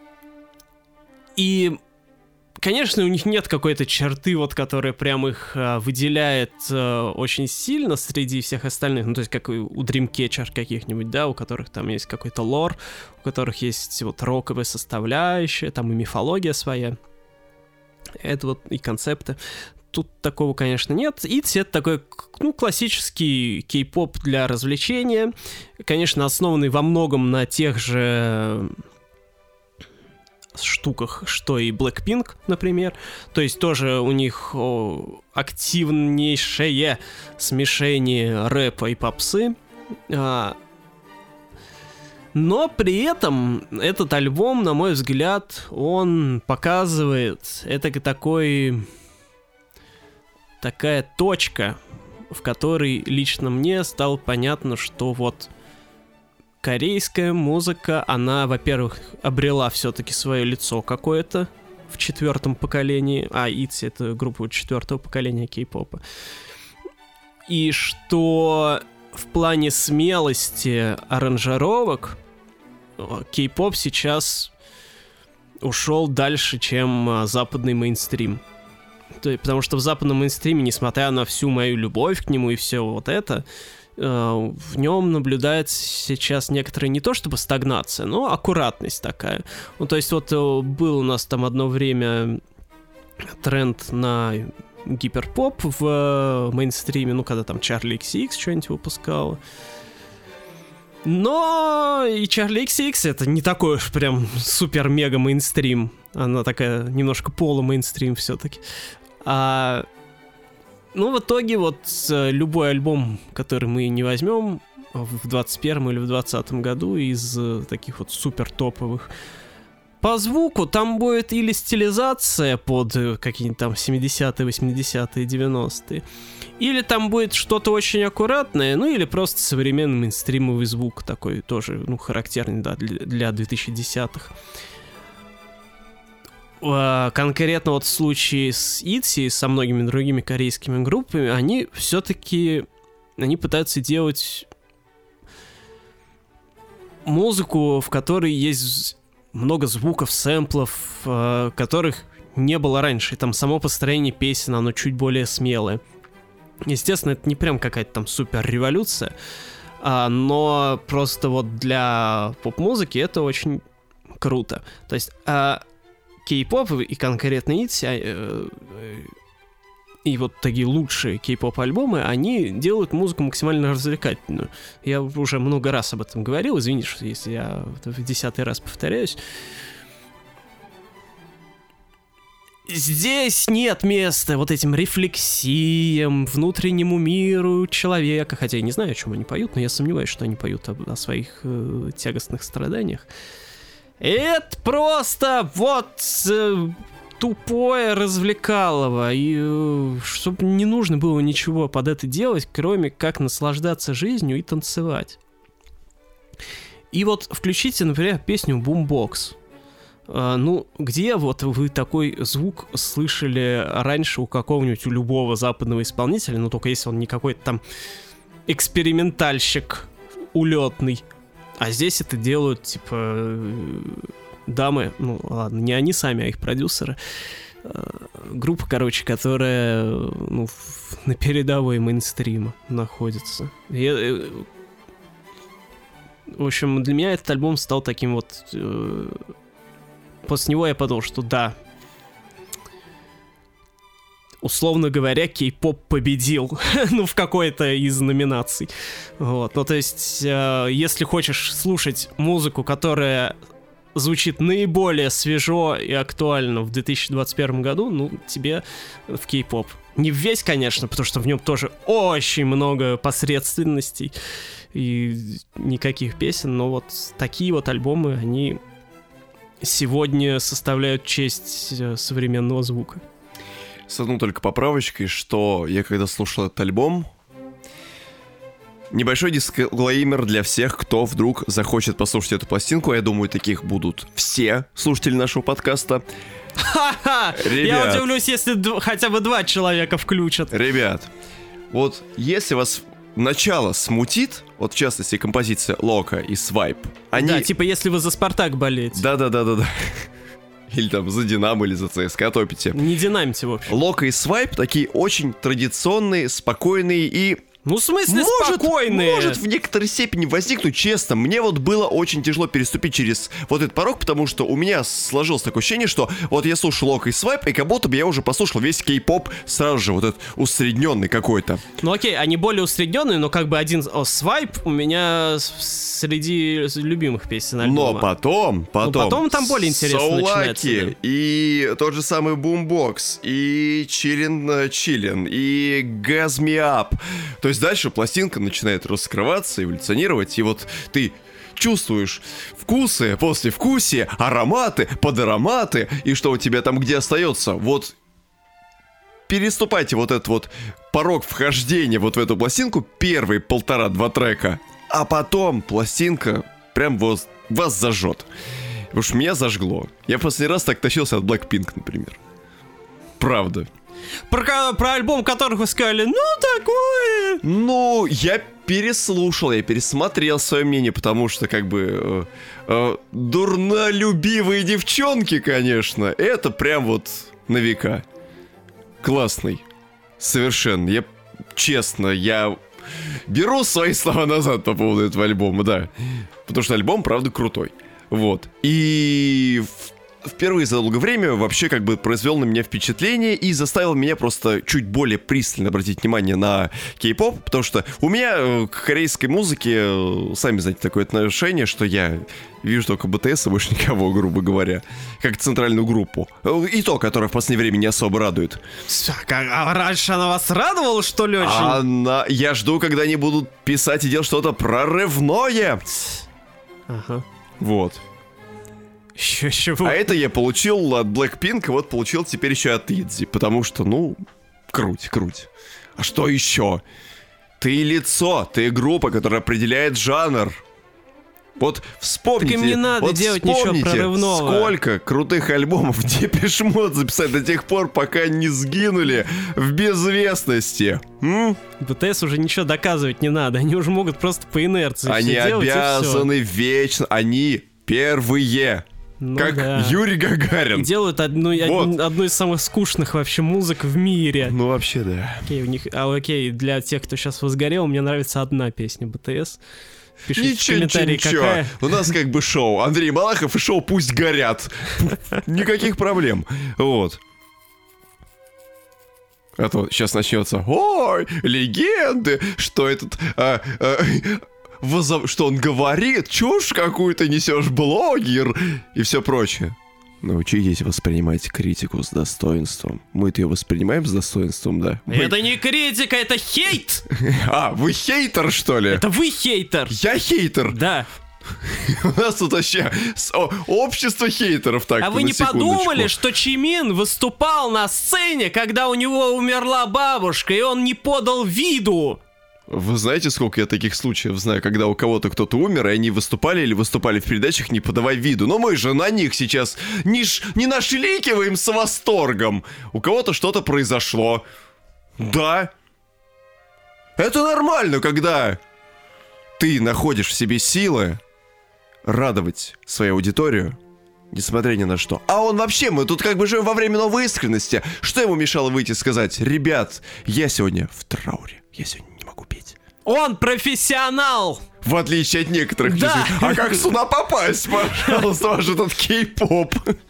и... Конечно, у них нет какой-то черты, вот, которая прям их а, выделяет а, очень сильно среди всех остальных. Ну, то есть, как у Dreamcatcher каких-нибудь, да, у которых там есть какой-то лор, у которых есть вот роковая составляющая, там и мифология своя. Это вот и концепты. Тут такого, конечно, нет. итси — это такой, ну, классический кей-поп для развлечения. Конечно, основанный во многом на тех же... штуках, что и Blackpink, например. То есть тоже у них о, активнейшее смешение рэпа и попсы. А, но при этом этот альбом, на мой взгляд, он показывает, это такой такая точка, в которой лично мне стало понятно, что вот корейская музыка, она, во-первых, обрела все-таки свое лицо какое-то в четвертом поколении, а итси — это группа четвертого поколения кей-попа, и что в плане смелости аранжировок кей-поп сейчас ушел дальше, чем западный мейнстрим. Потому что в западном мейнстриме, несмотря на всю мою любовь к нему и все вот это, в нем наблюдается сейчас некоторая не то чтобы стагнация, но аккуратность такая. Ну, то есть вот был у нас там одно время тренд на гиперпоп в мейнстриме, ну, когда там Charli икс икс что-нибудь выпускала. Но и Charli икс икс это не такой уж прям супер-мега мейнстрим. Она такая немножко полу-мейнстрим все-таки. А... Ну, в итоге, вот любой альбом, который мы не возьмем в двадцать первом или в двадцатом году из таких вот супер топовых, по звуку там будет или стилизация под какие-нибудь там семидесятые, восьмидесятые, девяностые, или там будет что-то очень аккуратное, ну, или просто современный мейнстримовый звук такой тоже, ну, характерный, да, для, для двухтысячных. Конкретно вот в случае с итси и со многими другими корейскими группами, они все-таки, они пытаются делать музыку, в которой есть много звуков, сэмплов, которых не было раньше. И там само построение песен, оно чуть более смелое. Естественно, это не прям какая-то там супер революция, но просто вот для поп-музыки это очень круто. То есть... кей-поп и конкретно итси, и вот такие лучшие кей-поп альбомы, они делают музыку максимально развлекательную. Я уже много раз об этом говорил, извините, если я в десятый раз повторяюсь. Здесь нет места вот этим рефлексиям, внутреннему миру человека, хотя я не знаю, о чем они поют, но я сомневаюсь, что они поют о, о своих э, тягостных страданиях. Это просто вот э, тупое развлекалово. И э, чтобы не нужно было ничего под это делать, кроме как наслаждаться жизнью и танцевать. И вот включите, например, песню «Boombox». Э, ну, где вот вы такой звук слышали раньше у какого-нибудь, у любого западного исполнителя, ну, только если он не какой-то там экспериментальщик улетный. А здесь это делают, типа, дамы, ну ладно, не они сами, а их продюсеры. Группа, короче, которая, ну, на передовой мейнстрима находится. И, в общем, для меня этот альбом стал таким вот... После него я подумал, что да, условно говоря, кей-поп победил, ну, в какой-то из номинаций. Вот, ну, то есть, э, если хочешь слушать музыку, которая звучит наиболее свежо и актуально в две тысячи двадцать первом году, ну, тебе в кей-поп. Не весь, конечно, потому что в нем тоже очень много посредственностей и никаких песен, но вот такие вот альбомы, они сегодня составляют честь современного звука. С одной только поправочкой, что я когда слушал этот альбом... Небольшой дисклеймер для всех, кто вдруг захочет послушать эту пластинку. Я думаю, таких будут все слушатели нашего подкаста. Ха-ха! Я удивлюсь, если д- хотя бы два человека включат. Ребят, вот если вас начало смутит, вот в частности композиция Лока и Свайп, они... Да, типа если вы за Спартак болеете. Да-да-да-да-да. Или там за Динамо, или за ЦСКА топите. Не динамите, в общем. Лока и Свайп такие очень традиционные, спокойные и... Ну, в смысле может, спокойные? Может в некоторой степени возникнуть, честно. Мне вот было очень тяжело переступить через вот этот порог, потому что у меня сложилось такое ощущение, что вот я слушал Лока и Свайп, и как будто бы я уже послушал весь кей-поп сразу же, вот этот усредненный какой-то. Ну окей, они более усредненные, но как бы один о, Свайп у меня среди любимых песен альбома. Но потом, потом... Но потом там более интересно Соулаки, начинается. Да. И тот же самый Бумбокс, и Чилин Чилин, и Gas Me Up. То есть дальше пластинка начинает раскрываться, эволюционировать, и вот ты чувствуешь вкусы, послевкусие, ароматы, подароматы, и что у тебя там где остается. Вот переступайте вот этот вот порог вхождения вот в эту пластинку, первые полтора-два трека, а потом пластинка прям вас, вас зажжет. Потому что меня зажгло. Я последний раз так тащился от Blackpink, например. Правда. Про, про альбом, который вы сказали, ну такое. Ну, я переслушал, я пересмотрел свое мнение, потому что, как бы, э, э, дурнолюбивые девчонки, конечно, это прям вот на века. Классный. Совершенно. Я, честно, я беру свои слова назад по поводу этого альбома, да. Потому что альбом, правда, крутой. Вот. И... впервые за долгое время вообще как бы произвел на меня впечатление и заставил меня просто чуть более пристально обратить внимание на кей-поп, потому что у меня к корейской музыке, сами знаете, такое отношение, что я вижу только бэ тэ эс и больше никого, грубо говоря, как центральную группу. И то, которая в последнее время не особо радует. А раньше она вас радовала, что ли, очень? Она... Я жду, когда они будут писать и делать что-то прорывное. Ага. Вот. Еще чего? А это я получил от Blackpink, вот получил теперь еще от Идзи, потому что, ну, круть, круть. А что еще? Ты лицо, ты группа, которая определяет жанр. Вот вспомните, так им не надо вот делать ничего прорывного. Сколько крутых альбомов Депеш Мод записать до тех пор, пока не сгинули в безвестности. М? бэ тэ эс уже ничего доказывать не надо, они уже могут просто по инерции они все делать, обязаны вечно, они первые. Ну, как да. Юрий Гагарин. И делают одну, вот. од, одну из самых скучных вообще музык в мире. Ну вообще да. Окей, у них, а окей, для тех, кто сейчас возгорел, мне нравится одна песня бэ тэ эс. Пишите ничего, в комментарии, ничего, ничего. какая. У нас как бы шоу. Андрей Малахов и шоу «Пусть горят». Никаких проблем. Вот. А то сейчас начнется. Ой, легенды. Что этот... А, а, возов... Что он говорит? Чушь какую-то несешь, блогер. И все прочее. Научитесь воспринимать критику с достоинством. Мы-то ее воспринимаем с достоинством, да? Мы... Это не критика, это хейт! А, вы хейтер, что ли? Это вы хейтер! Я хейтер? Да. У нас тут вообще общество хейтеров, так. А вы не подумали, что Чимин выступал на сцене, когда у него умерла бабушка, и он не подал виду? Вы знаете, сколько я таких случаев знаю, когда у кого-то кто-то умер, и они выступали или выступали в передачах, не подавая виду. Но мы же на них сейчас не, ш... не нашликиваем с восторгом. У кого-то что-то произошло. Да. Это нормально, когда ты находишь в себе силы радовать свою аудиторию, несмотря ни на что. А он вообще, мы тут как бы живем во время новой искренности. Что ему мешало выйти и сказать: ребят, я сегодня в трауре, я сегодня не могу петь. Он профессионал! В отличие от некоторых. Да. А как сюда попасть, пожалуйста, ваш этот кей-поп?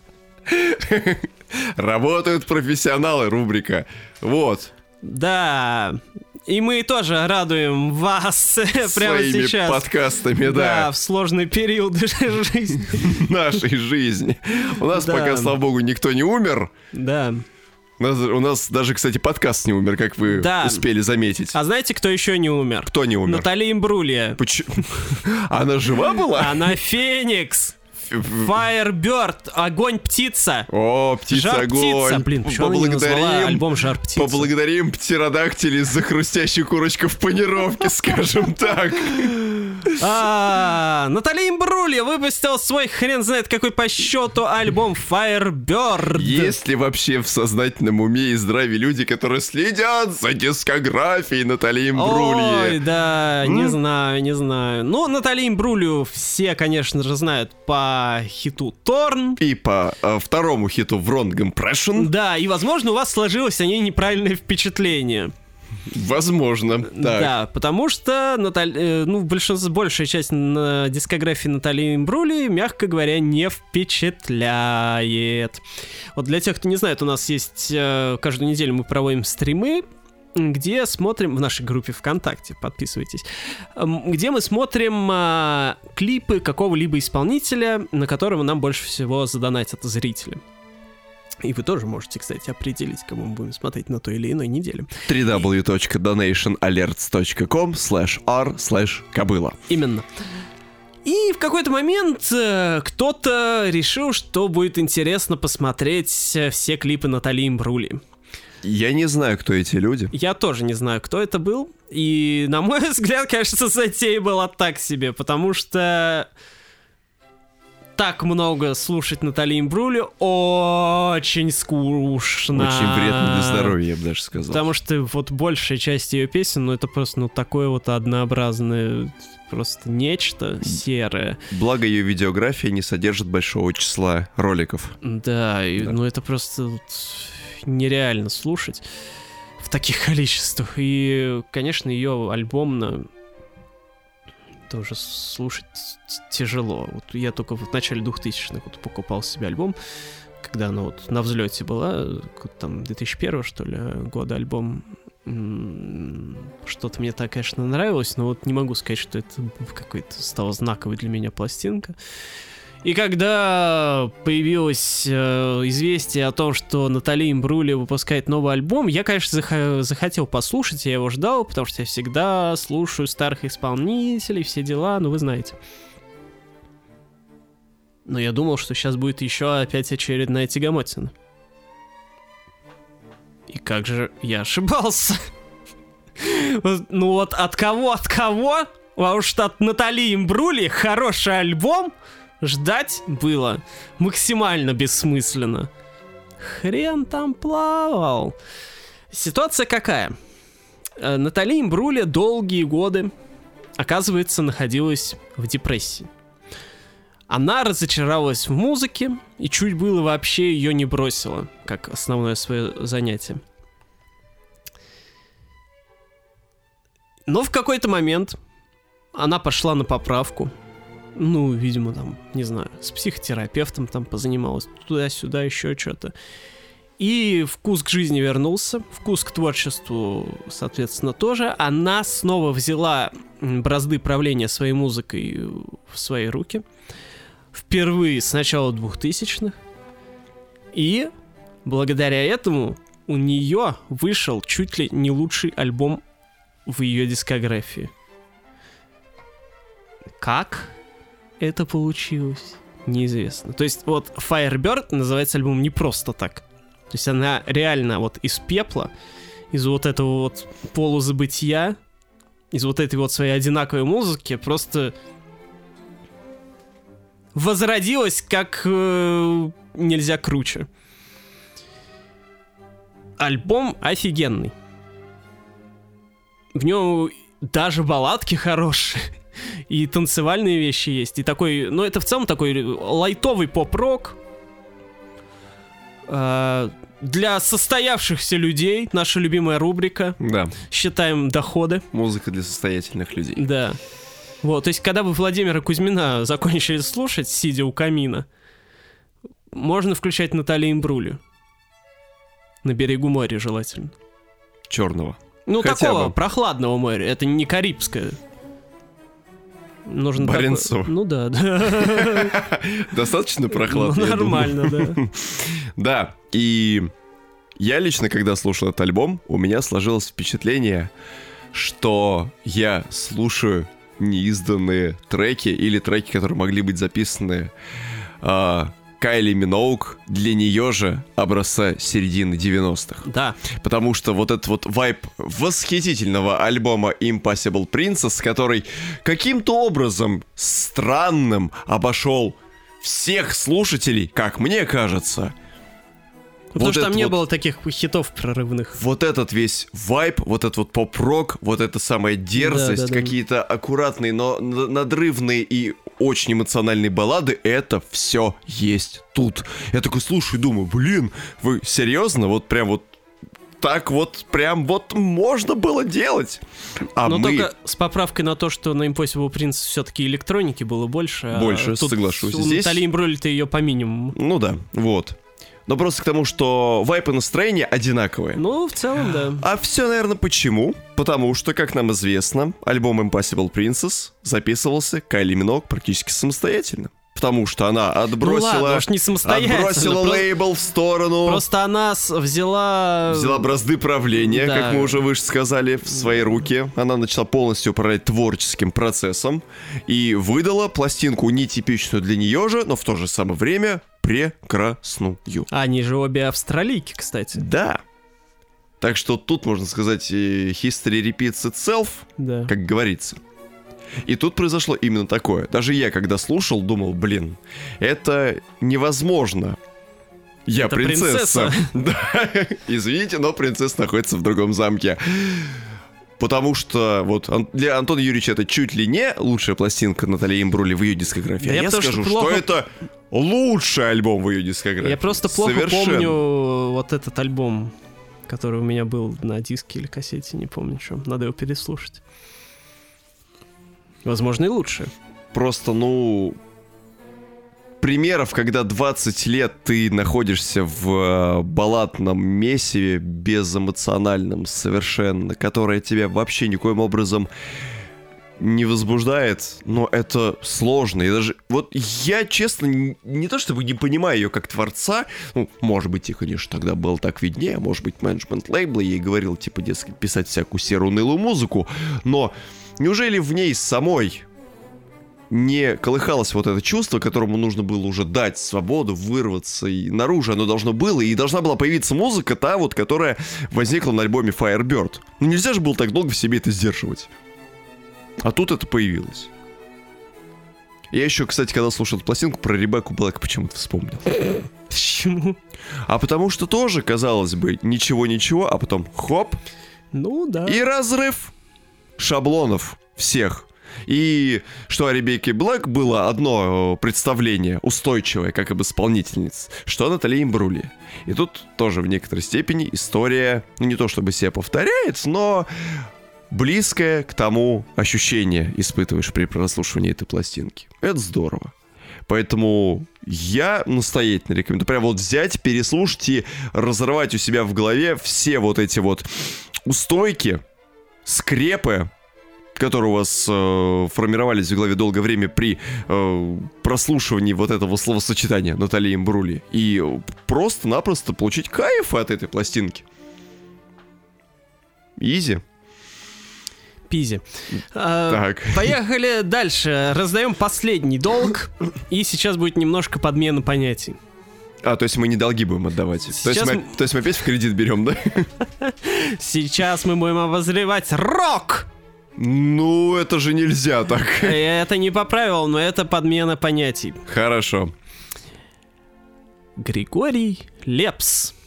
Работают профессионалы, рубрика. Вот. Да. И мы тоже радуем вас прямо своими сейчас. подкастами, да. Да, в сложный период жизни. Нашей жизни. У нас Да. пока, слава богу, никто не умер. Да. У нас, у нас даже, кстати, подкаст не умер, как вы Да. успели заметить. А знаете, кто еще не умер? Кто не умер? Наталья Имбрулья. Почему? Она жива была? Она Феникс. Firebird, огонь-птица. О, птица-огонь. Блин, почему она не назвала альбом «Жар-птица»? Поблагодарим птеродактилей за хрустящую курочку в панировке, скажем так. А, Натали Имбрулия выпустил свой хрен знает какой по счету альбом Firebird. Есть ли вообще в сознательном уме и здравии люди, которые следят за дискографией Натали Имбрулии? Ой, да, не знаю, не знаю. Ну, Натали Имбрулию все, конечно же, знают по хиту Торн. И по э, второму хиту Wrong Impression. Да, и, возможно, у вас сложилось о ней неправильное впечатление. Возможно, так. Да, потому что Наталь... э, ну, большинство, большая часть на дискографии Натали Имбрулии, мягко говоря, не впечатляет. Вот для тех, кто не знает, у нас есть... Э, каждую неделю мы проводим стримы, где смотрим... В нашей группе ВКонтакте, подписывайтесь. Э, где мы смотрим э, клипы какого-либо исполнителя, на которого нам больше всего задонатят зрители. И вы тоже можете, кстати, определить, кому мы будем смотреть на той или иной неделе. дабл ю дабл ю дабл ю точка донейшн алертс точка ком слэш ар слэш кобыла. Именно. И в какой-то момент э, кто-то решил, что будет интересно посмотреть все клипы Натали Имбрулии. Я не знаю, кто эти люди. Я тоже не знаю, кто это был. И, на мой взгляд, кажется, затея была так себе, потому что... так много слушать Натали Имбрулию очень скучно. Очень вредно для здоровья, я бы даже сказал. Потому что вот большая часть ее песен, ну это просто ну такое вот однообразное, просто нечто серое. Благо ее видеография не содержит большого числа роликов. Да, и, да. ну это просто вот нереально слушать в таких количествах. И, конечно, ее альбомно тоже слушать тяжело. Вот я только в начале двухтысячных вот покупал себе альбом, когда она вот на взлете была, там две тысячи первого, что ли, года альбом. Что-то мне так, конечно, нравилось, но вот не могу сказать, что это какой-то стала знаковой для меня пластинка. И когда появилось э, известие о том, что Натали Имбрулия выпускает новый альбом, я, конечно, зах- захотел послушать, я его ждал, потому что я всегда слушаю старых исполнителей, все дела, ну вы знаете. Но я думал, что сейчас будет еще опять очередная тягомотина. И как же я ошибался. Ну вот от кого, от кого? А уж от Натали Имбрулии хороший альбом ждать было максимально бессмысленно. Хрен там плавал. Ситуация какая? Натали Имбрулия долгие годы, оказывается, находилась в депрессии. Она разочаровалась в музыке и чуть было вообще ее не бросила, как основное свое занятие. Но в какой-то момент она пошла на поправку. Ну, видимо, там, не знаю, с психотерапевтом там позанималась, туда-сюда, еще что-то. И вкус к жизни вернулся, вкус к творчеству, соответственно, тоже. Она снова взяла бразды правления своей музыкой в свои руки. Впервые с начала двухтысячных. И благодаря этому у нее вышел чуть ли не лучший альбом в ее дискографии. Как это получилось? Неизвестно. То есть вот Firebird называется альбом не просто так. То есть она реально вот из пепла, из вот этого вот полузабытия, из вот этой вот своей одинаковой музыки просто возродилась как э, нельзя круче. Альбом офигенный. В нем даже балладки хорошие. И танцевальные вещи есть. И такой, ну это в целом такой лайтовый поп-рок. Э, для состоявшихся людей. Наша любимая рубрика. Да. Считаем доходы. Музыка для состоятельных людей. Да. Вот, то есть, когда вы Владимира Кузьмина закончили слушать, сидя у камина, можно включать Натали Имбрулию. На берегу моря желательно. Черного. Ну, Хотя такого бы. Прохладного моря. Это не Карибское. Нужно Баренцево. такое... Ну да, да. Достаточно прохладно, Ну, я думаю. нормально, да. Да, и я лично, когда слушал этот альбом, у меня сложилось впечатление, что я слушаю неизданные треки или треки, которые могли быть записаны а, Кайли Миноуг для нее же образца середины девяностых. Да. Потому что вот этот вот вайб восхитительного альбома Impossible Princess, который каким-то образом странным обошел всех слушателей, как мне кажется. Потому вот что там не вот, было таких хитов прорывных. Вот этот весь вайб, вот этот вот поп-рок, вот эта самая дерзость, да, да, да. какие-то аккуратные, но надрывные и очень эмоциональные баллады, это все есть тут. Я такой слушаю и думаю, блин, вы серьезно? Вот прям вот так вот прям вот можно было делать. А Но мы... только с поправкой на то, что на Impossible Princess все-таки электроники было больше. Больше, а тут соглашусь. У Здесь... Натали Имбрюль-то ее по минимуму. Ну да, вот. Но просто к тому, что вайп и настроение одинаковые. Ну, в целом, да. А все, наверное, почему? Потому что, как нам известно, альбом Impossible Princess записывался Кайли Миноуг практически самостоятельно. Потому что она отбросила... Ну ладно, уж не самостоятельно. Отбросила просто, лейбл в сторону. Просто она с, взяла... Взяла бразды правления, да. Как мы уже выше сказали, в свои руки. Она начала полностью управлять творческим процессом. И выдала пластинку нетипичную для нее же, но в то же самое время прекрасную. Они же обе австралийки, кстати. Да. Так что тут, можно сказать, history repeats itself, да. Как говорится. И тут произошло именно такое. Даже я, когда слушал, думал, блин, это невозможно. Я это принцесса. принцесса. Да. Извините, но принцесса находится в другом замке. Потому что вот для Антона Юрьевича это чуть ли не лучшая пластинка Натальи Имбрули в ее дискографии. Да а я, я скажу, что, плохо... что это лучший альбом в ее дискографии. Я просто плохо Совершенно. помню вот этот альбом, который у меня был на диске или кассете, не помню что. Надо его переслушать. Возможно, и лучше. Просто, ну... Примеров, когда двадцать лет ты находишься в балладном месиве, безэмоциональном совершенно, которое тебя вообще никоим образом не возбуждает, но это сложно. И даже... Вот я, честно, не, не то чтобы не понимаю ее как творца, ну, может быть, и, конечно, тогда было так виднее, может быть, менеджмент лейбла ей говорил, типа, дескать, писать всякую серую унылую музыку, но... Неужели в ней самой не колыхалось вот это чувство, которому нужно было уже дать свободу, вырваться и наружу оно должно было, и должна была появиться музыка, та вот, которая возникла на альбоме Firebird. Ну нельзя же было так долго в себе это сдерживать. А тут это появилось. Я еще, кстати, когда слушал эту пластинку, про Ребекку Блэк почему-то вспомнил. Почему? А потому что тоже, казалось бы, ничего-ничего, а потом хоп. Ну да. И разрыв шаблонов всех. И что о Ребекке Блэк было одно представление устойчивое, как об исполнительнице, что о Натали Имбрули. И тут тоже в некоторой степени история, ну не то чтобы себя повторяет, но близкое к тому ощущение испытываешь при прослушивании этой пластинки. Это здорово. Поэтому я настоятельно рекомендую прям вот взять, переслушать и разорвать у себя в голове все вот эти вот устойки, скрепы, которые у вас э, формировались в голове долгое время при э, прослушивании вот этого словосочетания Натальи Имбрули. И просто-напросто получить кайф от этой пластинки. Изи. Пизи. Так. А, поехали дальше. Раздаем последний долг. И сейчас будет немножко подмена понятий. А, то есть мы не долги будем отдавать. То есть, мы, то есть мы опять в кредит берем, да? Сейчас мы будем обозревать рок! Ну, это же нельзя так. Это не по правилам, но это подмена понятий. Хорошо. Григорий Лепс.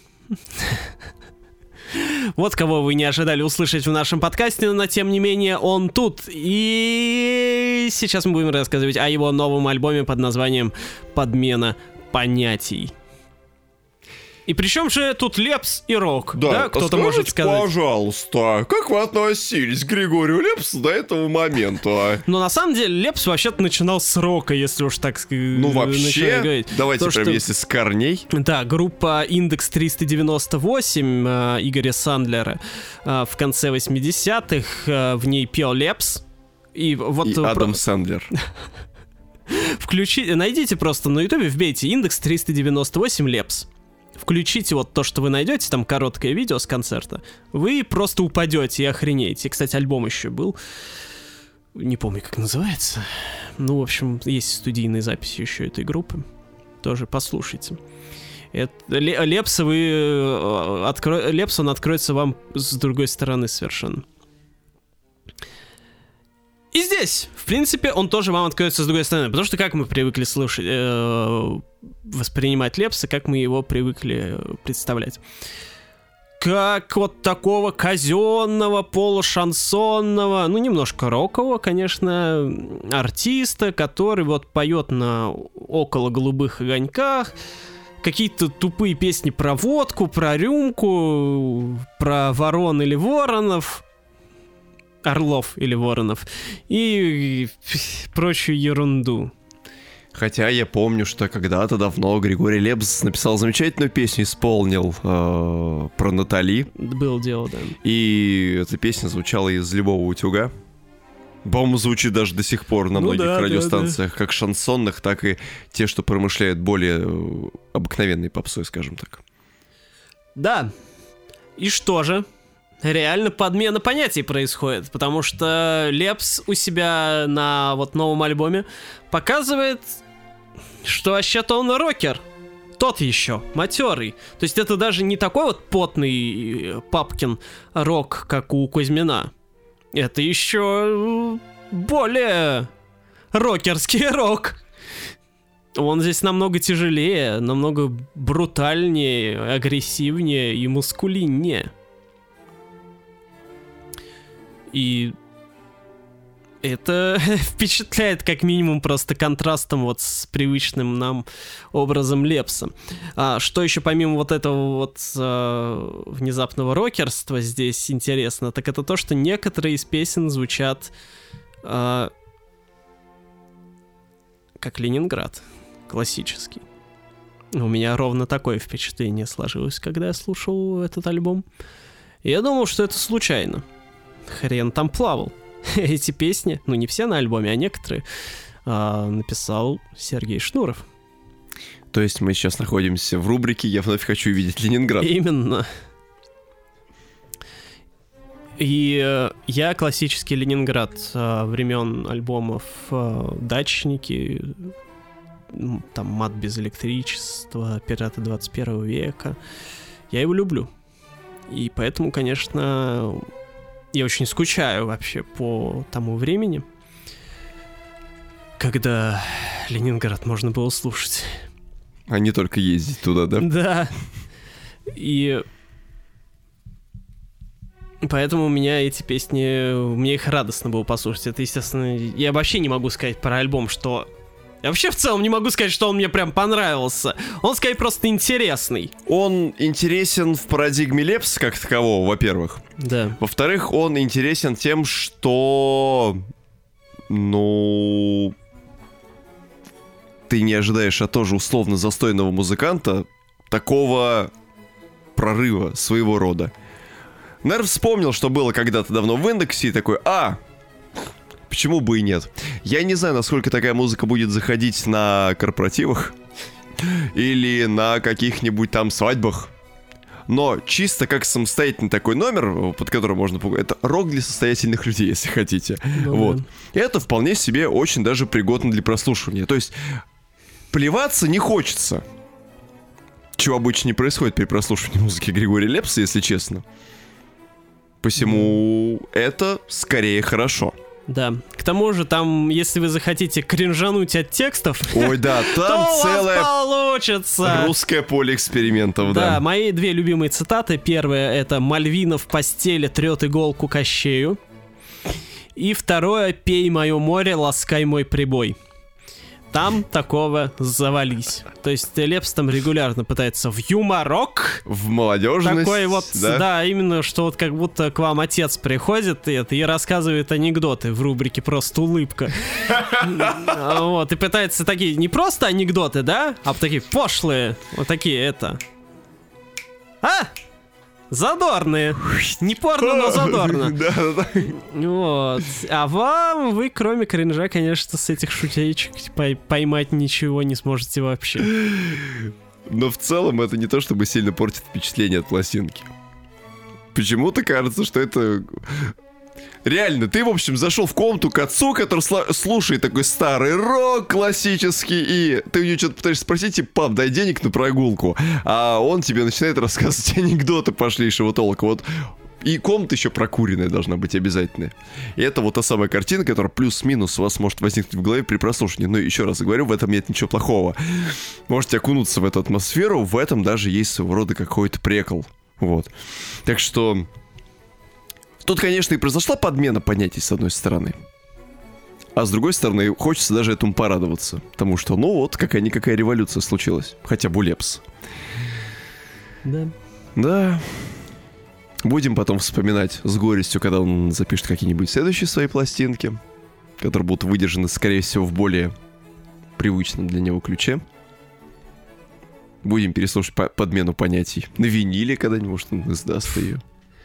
Вот кого вы не ожидали услышать в нашем подкасте, но тем не менее он тут. И сейчас мы будем рассказывать о его новом альбоме под названием «Подмена понятий». И причем же тут Лепс и рок, да, да? Кто-то скажите, может сказать. Пожалуйста, как вы относились к Григорию Лепсу до этого момента? Но на самом деле Лепс вообще-то начинал с рока, если уж так сказать. Ну вообще, давайте То, прям что... если с корней. Да, группа Индекс триста девяносто восемь э, Игоря Сандлера э, в конце восьмидесятых, э, в ней пел Лепс. И, вот, и Адам про... Сандлер. Включи, найдите просто на ютубе, вбейте Индекс триста девяносто восемь Лепс. Включите вот то, что вы найдете, там короткое видео с концерта, вы просто упадете и охренеете. Кстати, альбом еще был, не помню, как называется. Ну, в общем, есть студийные записи еще этой группы. тоже послушайте. Это, Лепса вы откро... Лепс, он откроется вам с другой стороны совершенно. И здесь, в принципе, он тоже вам откроется с другой стороны, потому что как мы привыкли слушать, э, воспринимать Лепса, как мы его привыкли представлять. Как вот такого казенного, полушансонного, ну, немножко рокового, конечно, артиста, который вот поет на около голубых огоньках, какие-то тупые песни про водку, про рюмку, про ворон или воронов, орлов или воронов, и прочую ерунду. Хотя я помню, что когда-то давно Григорий Лепс написал замечательную песню, исполнил э, про Натали. Было дело, да. И эта песня звучала из любого утюга. По-моему, звучит даже до сих пор на ну многих да, радиостанциях, да, да. Как шансонных, так и те, что промышляют более обыкновенной попсой, скажем так. Да. И что же? Реально подмена понятий происходит, потому что Лепс у себя на вот новом альбоме показывает, что вообще-то он рокер. Тот еще, матерый. То есть это даже не такой вот потный папкин рок, как у Кузьмина. Это еще более рокерский рок. Он здесь намного тяжелее, намного брутальнее, агрессивнее и мускулиннее. И это впечатляет как минимум просто контрастом вот с привычным нам образом Лепса. А, что еще помимо вот этого вот а, внезапного рокерства здесь интересно, так это то, что некоторые из песен звучат а, как Ленинград, классический. У меня ровно такое впечатление сложилось, когда я слушал этот альбом. И я думал, что это случайно. Хрен там плавал. Эти песни, ну не все на альбоме, а некоторые, а, написал Сергей Шнуров. То есть мы сейчас находимся в рубрике «Я вновь хочу видеть Ленинград». Именно. И э, я классический Ленинград э, времен альбомов э, «Дачники», там «Мат без электричества», «Пираты двадцать первого века». Я его люблю. И поэтому, конечно... Я очень скучаю вообще по тому времени, когда Ленинград можно было слушать. А не только ездить туда, да? Да. И поэтому у меня эти песни, мне их радостно было послушать. Это, естественно, я вообще не могу сказать про альбом, что... Я вообще в целом не могу сказать, что он мне прям понравился. Он, скорее, просто интересный. Он интересен в парадигме Лепса как такового, во-первых. Да. Во-вторых, он интересен тем, что... Ну... Ты не ожидаешь от тоже условно застойного музыканта такого прорыва своего рода. Наверное, вспомнил, что было когда-то давно в Индексе, и такой, а... Почему бы и нет? Я не знаю, насколько такая музыка будет заходить на корпоративах или на каких-нибудь там свадьбах. Но чисто как самостоятельный такой номер, под которым можно пугать, это рок для состоятельных людей, если хотите. Ну, вот. Да. И это вполне себе очень даже пригодно для прослушивания. То есть плеваться не хочется. Чего обычно не происходит при прослушивании музыки Григория Лепса, если честно. Посему mm. это скорее хорошо. Да. К тому же, там, если вы захотите кринжануть от текстов, ой, да, там то целое у вас получится. Русское поле экспериментов, да. Да, мои две любимые цитаты. Первая — это «Мальвина в постели трет иголку Кощею». И второе — «Пей мое море, ласкай мой прибой». Там такого завались. То есть Лепс там регулярно пытается в юморок. В молодежность. Такой вот, да? да, именно, что вот как будто к вам отец приходит и, это, и рассказывает анекдоты в рубрике «Просто улыбка». Вот, и пытается такие, не просто анекдоты, да, а такие пошлые, вот такие, это... А! Задорные. Не порно, но задорно. Да, да. Вот. А вам, вы, кроме кринжа, конечно, с этих шутеечек поймать ничего не сможете вообще. Но в целом это не то, чтобы сильно портит впечатление от пластинки. Почему-то кажется, что это Реально, ты, в общем, зашел в комнату к отцу, который сла- слушает такой старый рок классический, и ты у него что-то пытаешься спросить, типа, пап, дай денег на прогулку, а он тебе начинает рассказывать анекдоты пошлейшего толка. Вот. И комната еще прокуренная должна быть обязательно. И это вот та самая картина, которая плюс-минус у вас может возникнуть в голове при прослушивании. Но еще раз говорю, в этом нет ничего плохого. Можете окунуться в эту атмосферу, в этом даже есть своего рода какой-то прикол. Вот. Так что... Тут, конечно, и произошла подмена понятий, с одной стороны. А с другой стороны, хочется даже этому порадоваться. Потому что, ну вот, какая-никакая революция случилась. Хотя бы Лепс. Да. Да. Будем потом вспоминать с горестью, когда он запишет какие-нибудь следующие свои пластинки, которые будут выдержаны, скорее всего, в более привычном для него ключе. Будем переслушать по- подмену понятий. На виниле когда-нибудь, может, он издаст ее.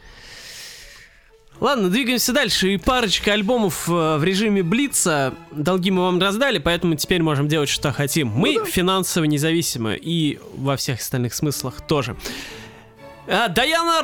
Ладно, двигаемся дальше. И парочка альбомов в режиме Блица. Долги мы вам раздали, поэтому теперь можем делать, что хотим. Мы ну, да. финансово независимы и во всех остальных смыслах тоже. А, Дайана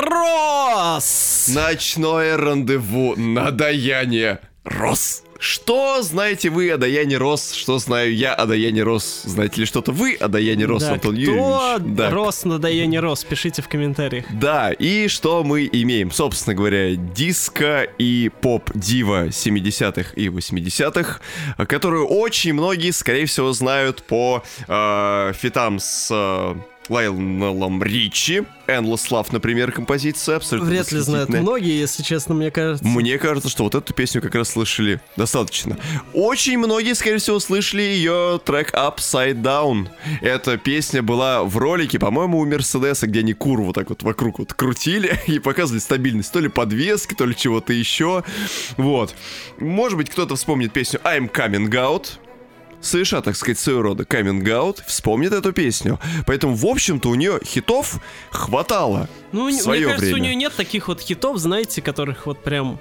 Росс! Ночное рандеву на Дайане Росс. Что знаете вы о Дайане Росс? Что знаю я о Дайане Росс? Знаете ли что-то вы о Дайане Росс, да, Антон кто Юрьевич? Да. Росс на Дайане Росс? Пишите в комментариях. Да, и что мы имеем? Собственно говоря, диско и поп-дива семидесятых и восьмидесятых, которую очень многие, скорее всего, знают по э, фитам с... Э, Лайонелом Ричи. Endless Love, например, композиция абсолютно вряд ли знают многие, если честно, мне кажется. Мне кажется, что вот эту песню как раз слышали достаточно. Очень многие, скорее всего, слышали ее трек Upside Down. Эта песня была в ролике, по-моему, у Мерседеса, где они курву вот так вот вокруг вот крутили и показывали стабильность. То ли подвески, то ли чего-то еще. Вот. Может быть, кто-то вспомнит песню I'm Coming Out. Соверша, так сказать, своего рода coming out, вспомнит эту песню. Поэтому, в общем-то, у нее хитов хватало ну, в свое мне кажется, время. У нее нет таких вот хитов, знаете, которых вот прям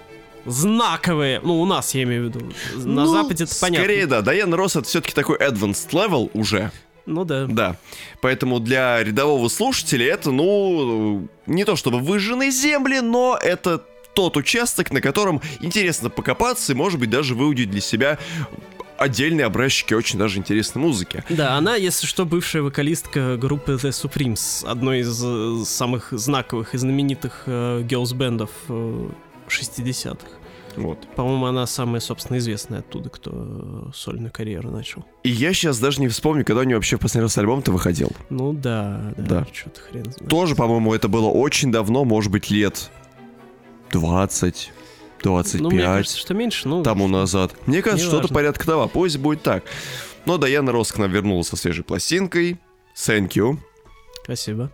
знаковые. Ну, у нас, я имею в виду. На ну, Западе это понятно. Скорее, да. Дайана Росс — это все-таки такой advanced level уже. Ну да. Да. Поэтому для рядового слушателя это, ну, не то чтобы выжженные земли, но это тот участок, на котором интересно покопаться и, может быть, даже выудить для себя... отдельные образчики очень даже интересной музыки. Да, она, если что, бывшая вокалистка группы The Supremes, одной из э, самых знаковых и знаменитых э, girls-бэндов э, шестидесятых. Вот. По-моему, она самая, собственно, известная оттуда, кто э, сольную карьеру начал. И я сейчас даже не вспомню, когда у нее вообще в последний раз альбом-то выходил. Ну да, да, да. Что-то хрен знает. Тоже, по-моему, это было очень давно, может быть, лет двадцать... двадцать пять, ну, мне кажется, что меньше, ну, тому назад. Мне кажется, что-то важно. порядка того. Пусть будет так. Но Дайана Росс к нам вернулась со свежей пластинкой. Thank you. Спасибо.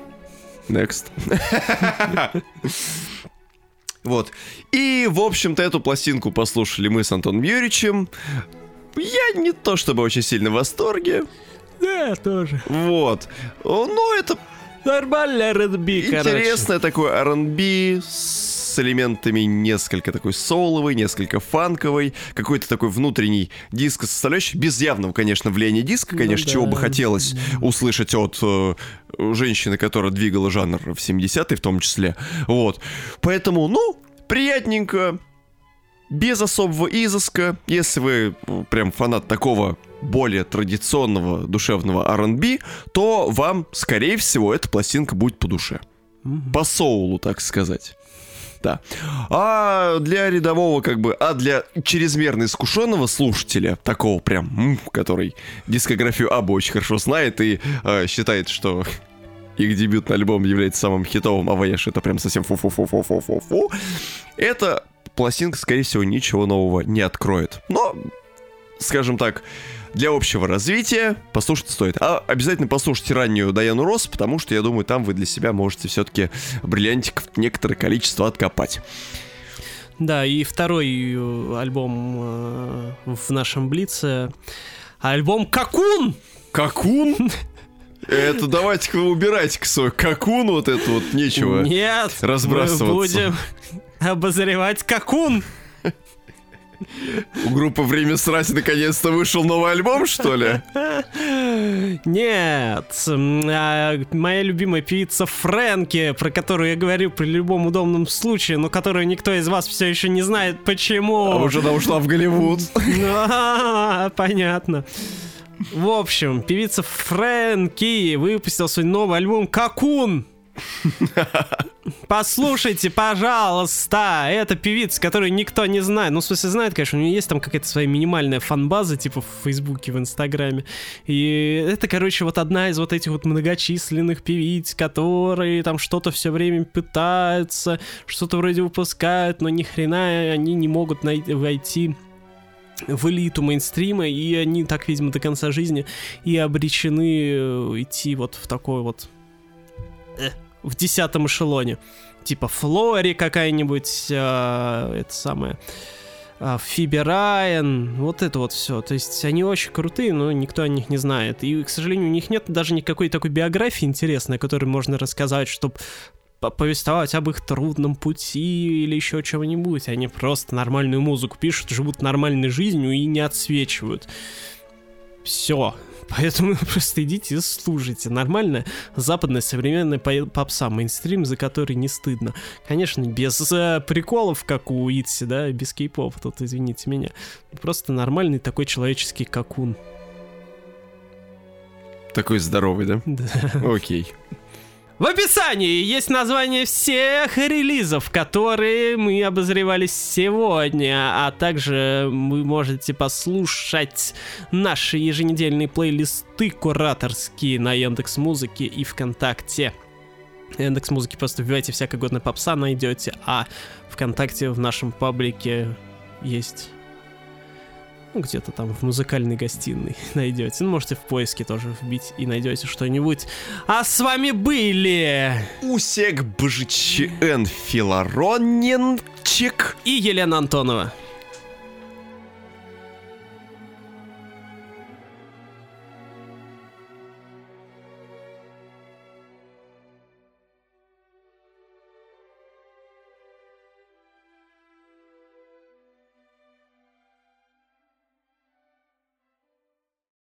Next. Вот. И, в общем-то, эту пластинку послушали мы с Антоном Юрьевичем. Я не то чтобы очень сильно в восторге. Да, тоже. Вот. Но это... нормальный ар энд би, короче. Интересное такое ар энд би с элементами несколько такой соуловой, несколько фанковой, какой-то такой внутренний диско составляющий, без явного, конечно, влияния диска, конечно, ну, чего да. бы хотелось услышать от э, женщины, которая двигала жанр в семидесятые в том числе. Вот. Поэтому, ну, приятненько, без особого изыска. Если вы прям фанат такого более традиционного душевного ар энд би, то вам, скорее всего, эта пластинка будет по душе. Mm-hmm. По соулу, так сказать. Да. А для рядового, как бы, а для чрезмерно искушенного слушателя, такого прям, который дискографию Абба очень хорошо знает и э, считает, что их дебютный альбом является самым хитовым, а Вояж это прям совсем фу-фу-фу-фу-фу-фу-фу, эта пластинка, скорее всего, ничего нового не откроет. Но, скажем так, для общего развития послушать стоит. А обязательно послушайте раннюю Дайану Росс, потому что, я думаю, там вы для себя можете все-таки бриллиантиков некоторое количество откопать. Да, и второй альбом э, в нашем Блице. Альбом «Какун». «Какун»? Это давайте-ка вы убирайте-ка свой «Какун», вот это вот нечего Нет, разбрасываться. Мы будем обозревать «Какун». У группы «Время срать» наконец-то вышел новый альбом, что ли? Нет, а, моя любимая певица Фрэнки, про которую я говорю при любом удобном случае, но которую никто из вас все еще не знает, почему. А уже она ушла в Голливуд. А, понятно. В общем, певица Фрэнки выпустила свой новый альбом «Какун». Послушайте, пожалуйста. Это певица, которую никто не знает. Ну, в смысле, знает, конечно, у нее есть там какая-то своя минимальная фан-база, типа в Фейсбуке, в Инстаграме. И это, короче, вот одна из вот этих вот многочисленных певиц, которые там что-то все время пытаются, что-то вроде выпускают, но ни хрена они не могут найти, войти в элиту мейнстрима, и они так, видимо, до конца жизни и обречены идти вот в такой вот... в десятом эшелоне. Типа Флори какая-нибудь, э, это самое, э, Фиби Райан, вот это вот все. То есть они очень крутые, но никто о них не знает. И, к сожалению, у них нет даже никакой такой биографии интересной, о которой можно рассказать, чтобы повествовать об их трудном пути или еще чего-нибудь. Они просто нормальную музыку пишут, живут нормальной жизнью и не отсвечивают. Все. Поэтому просто идите и слушайте. Нормальная западная современная попса, мейнстрим, за который не стыдно. Конечно, без э, приколов, как у Итси, да, без кей-попа, тут извините меня. Просто нормальный такой человеческий какун. Такой здоровый, да? Да. Окей. В описании есть название всех релизов, которые мы обозревали сегодня, а также вы можете послушать наши еженедельные плейлисты кураторские на Яндекс.Музыке и ВКонтакте. В Яндекс.Музыке просто вбивайте «Всякая годная попса», найдете, а ВКонтакте в нашем паблике есть... Ну, где-то там в музыкальной гостиной найдете. Ну, можете в поиске тоже вбить и найдете что-нибудь. А с вами были... Усек БЖЧН Филароненчик и Елена Антонова.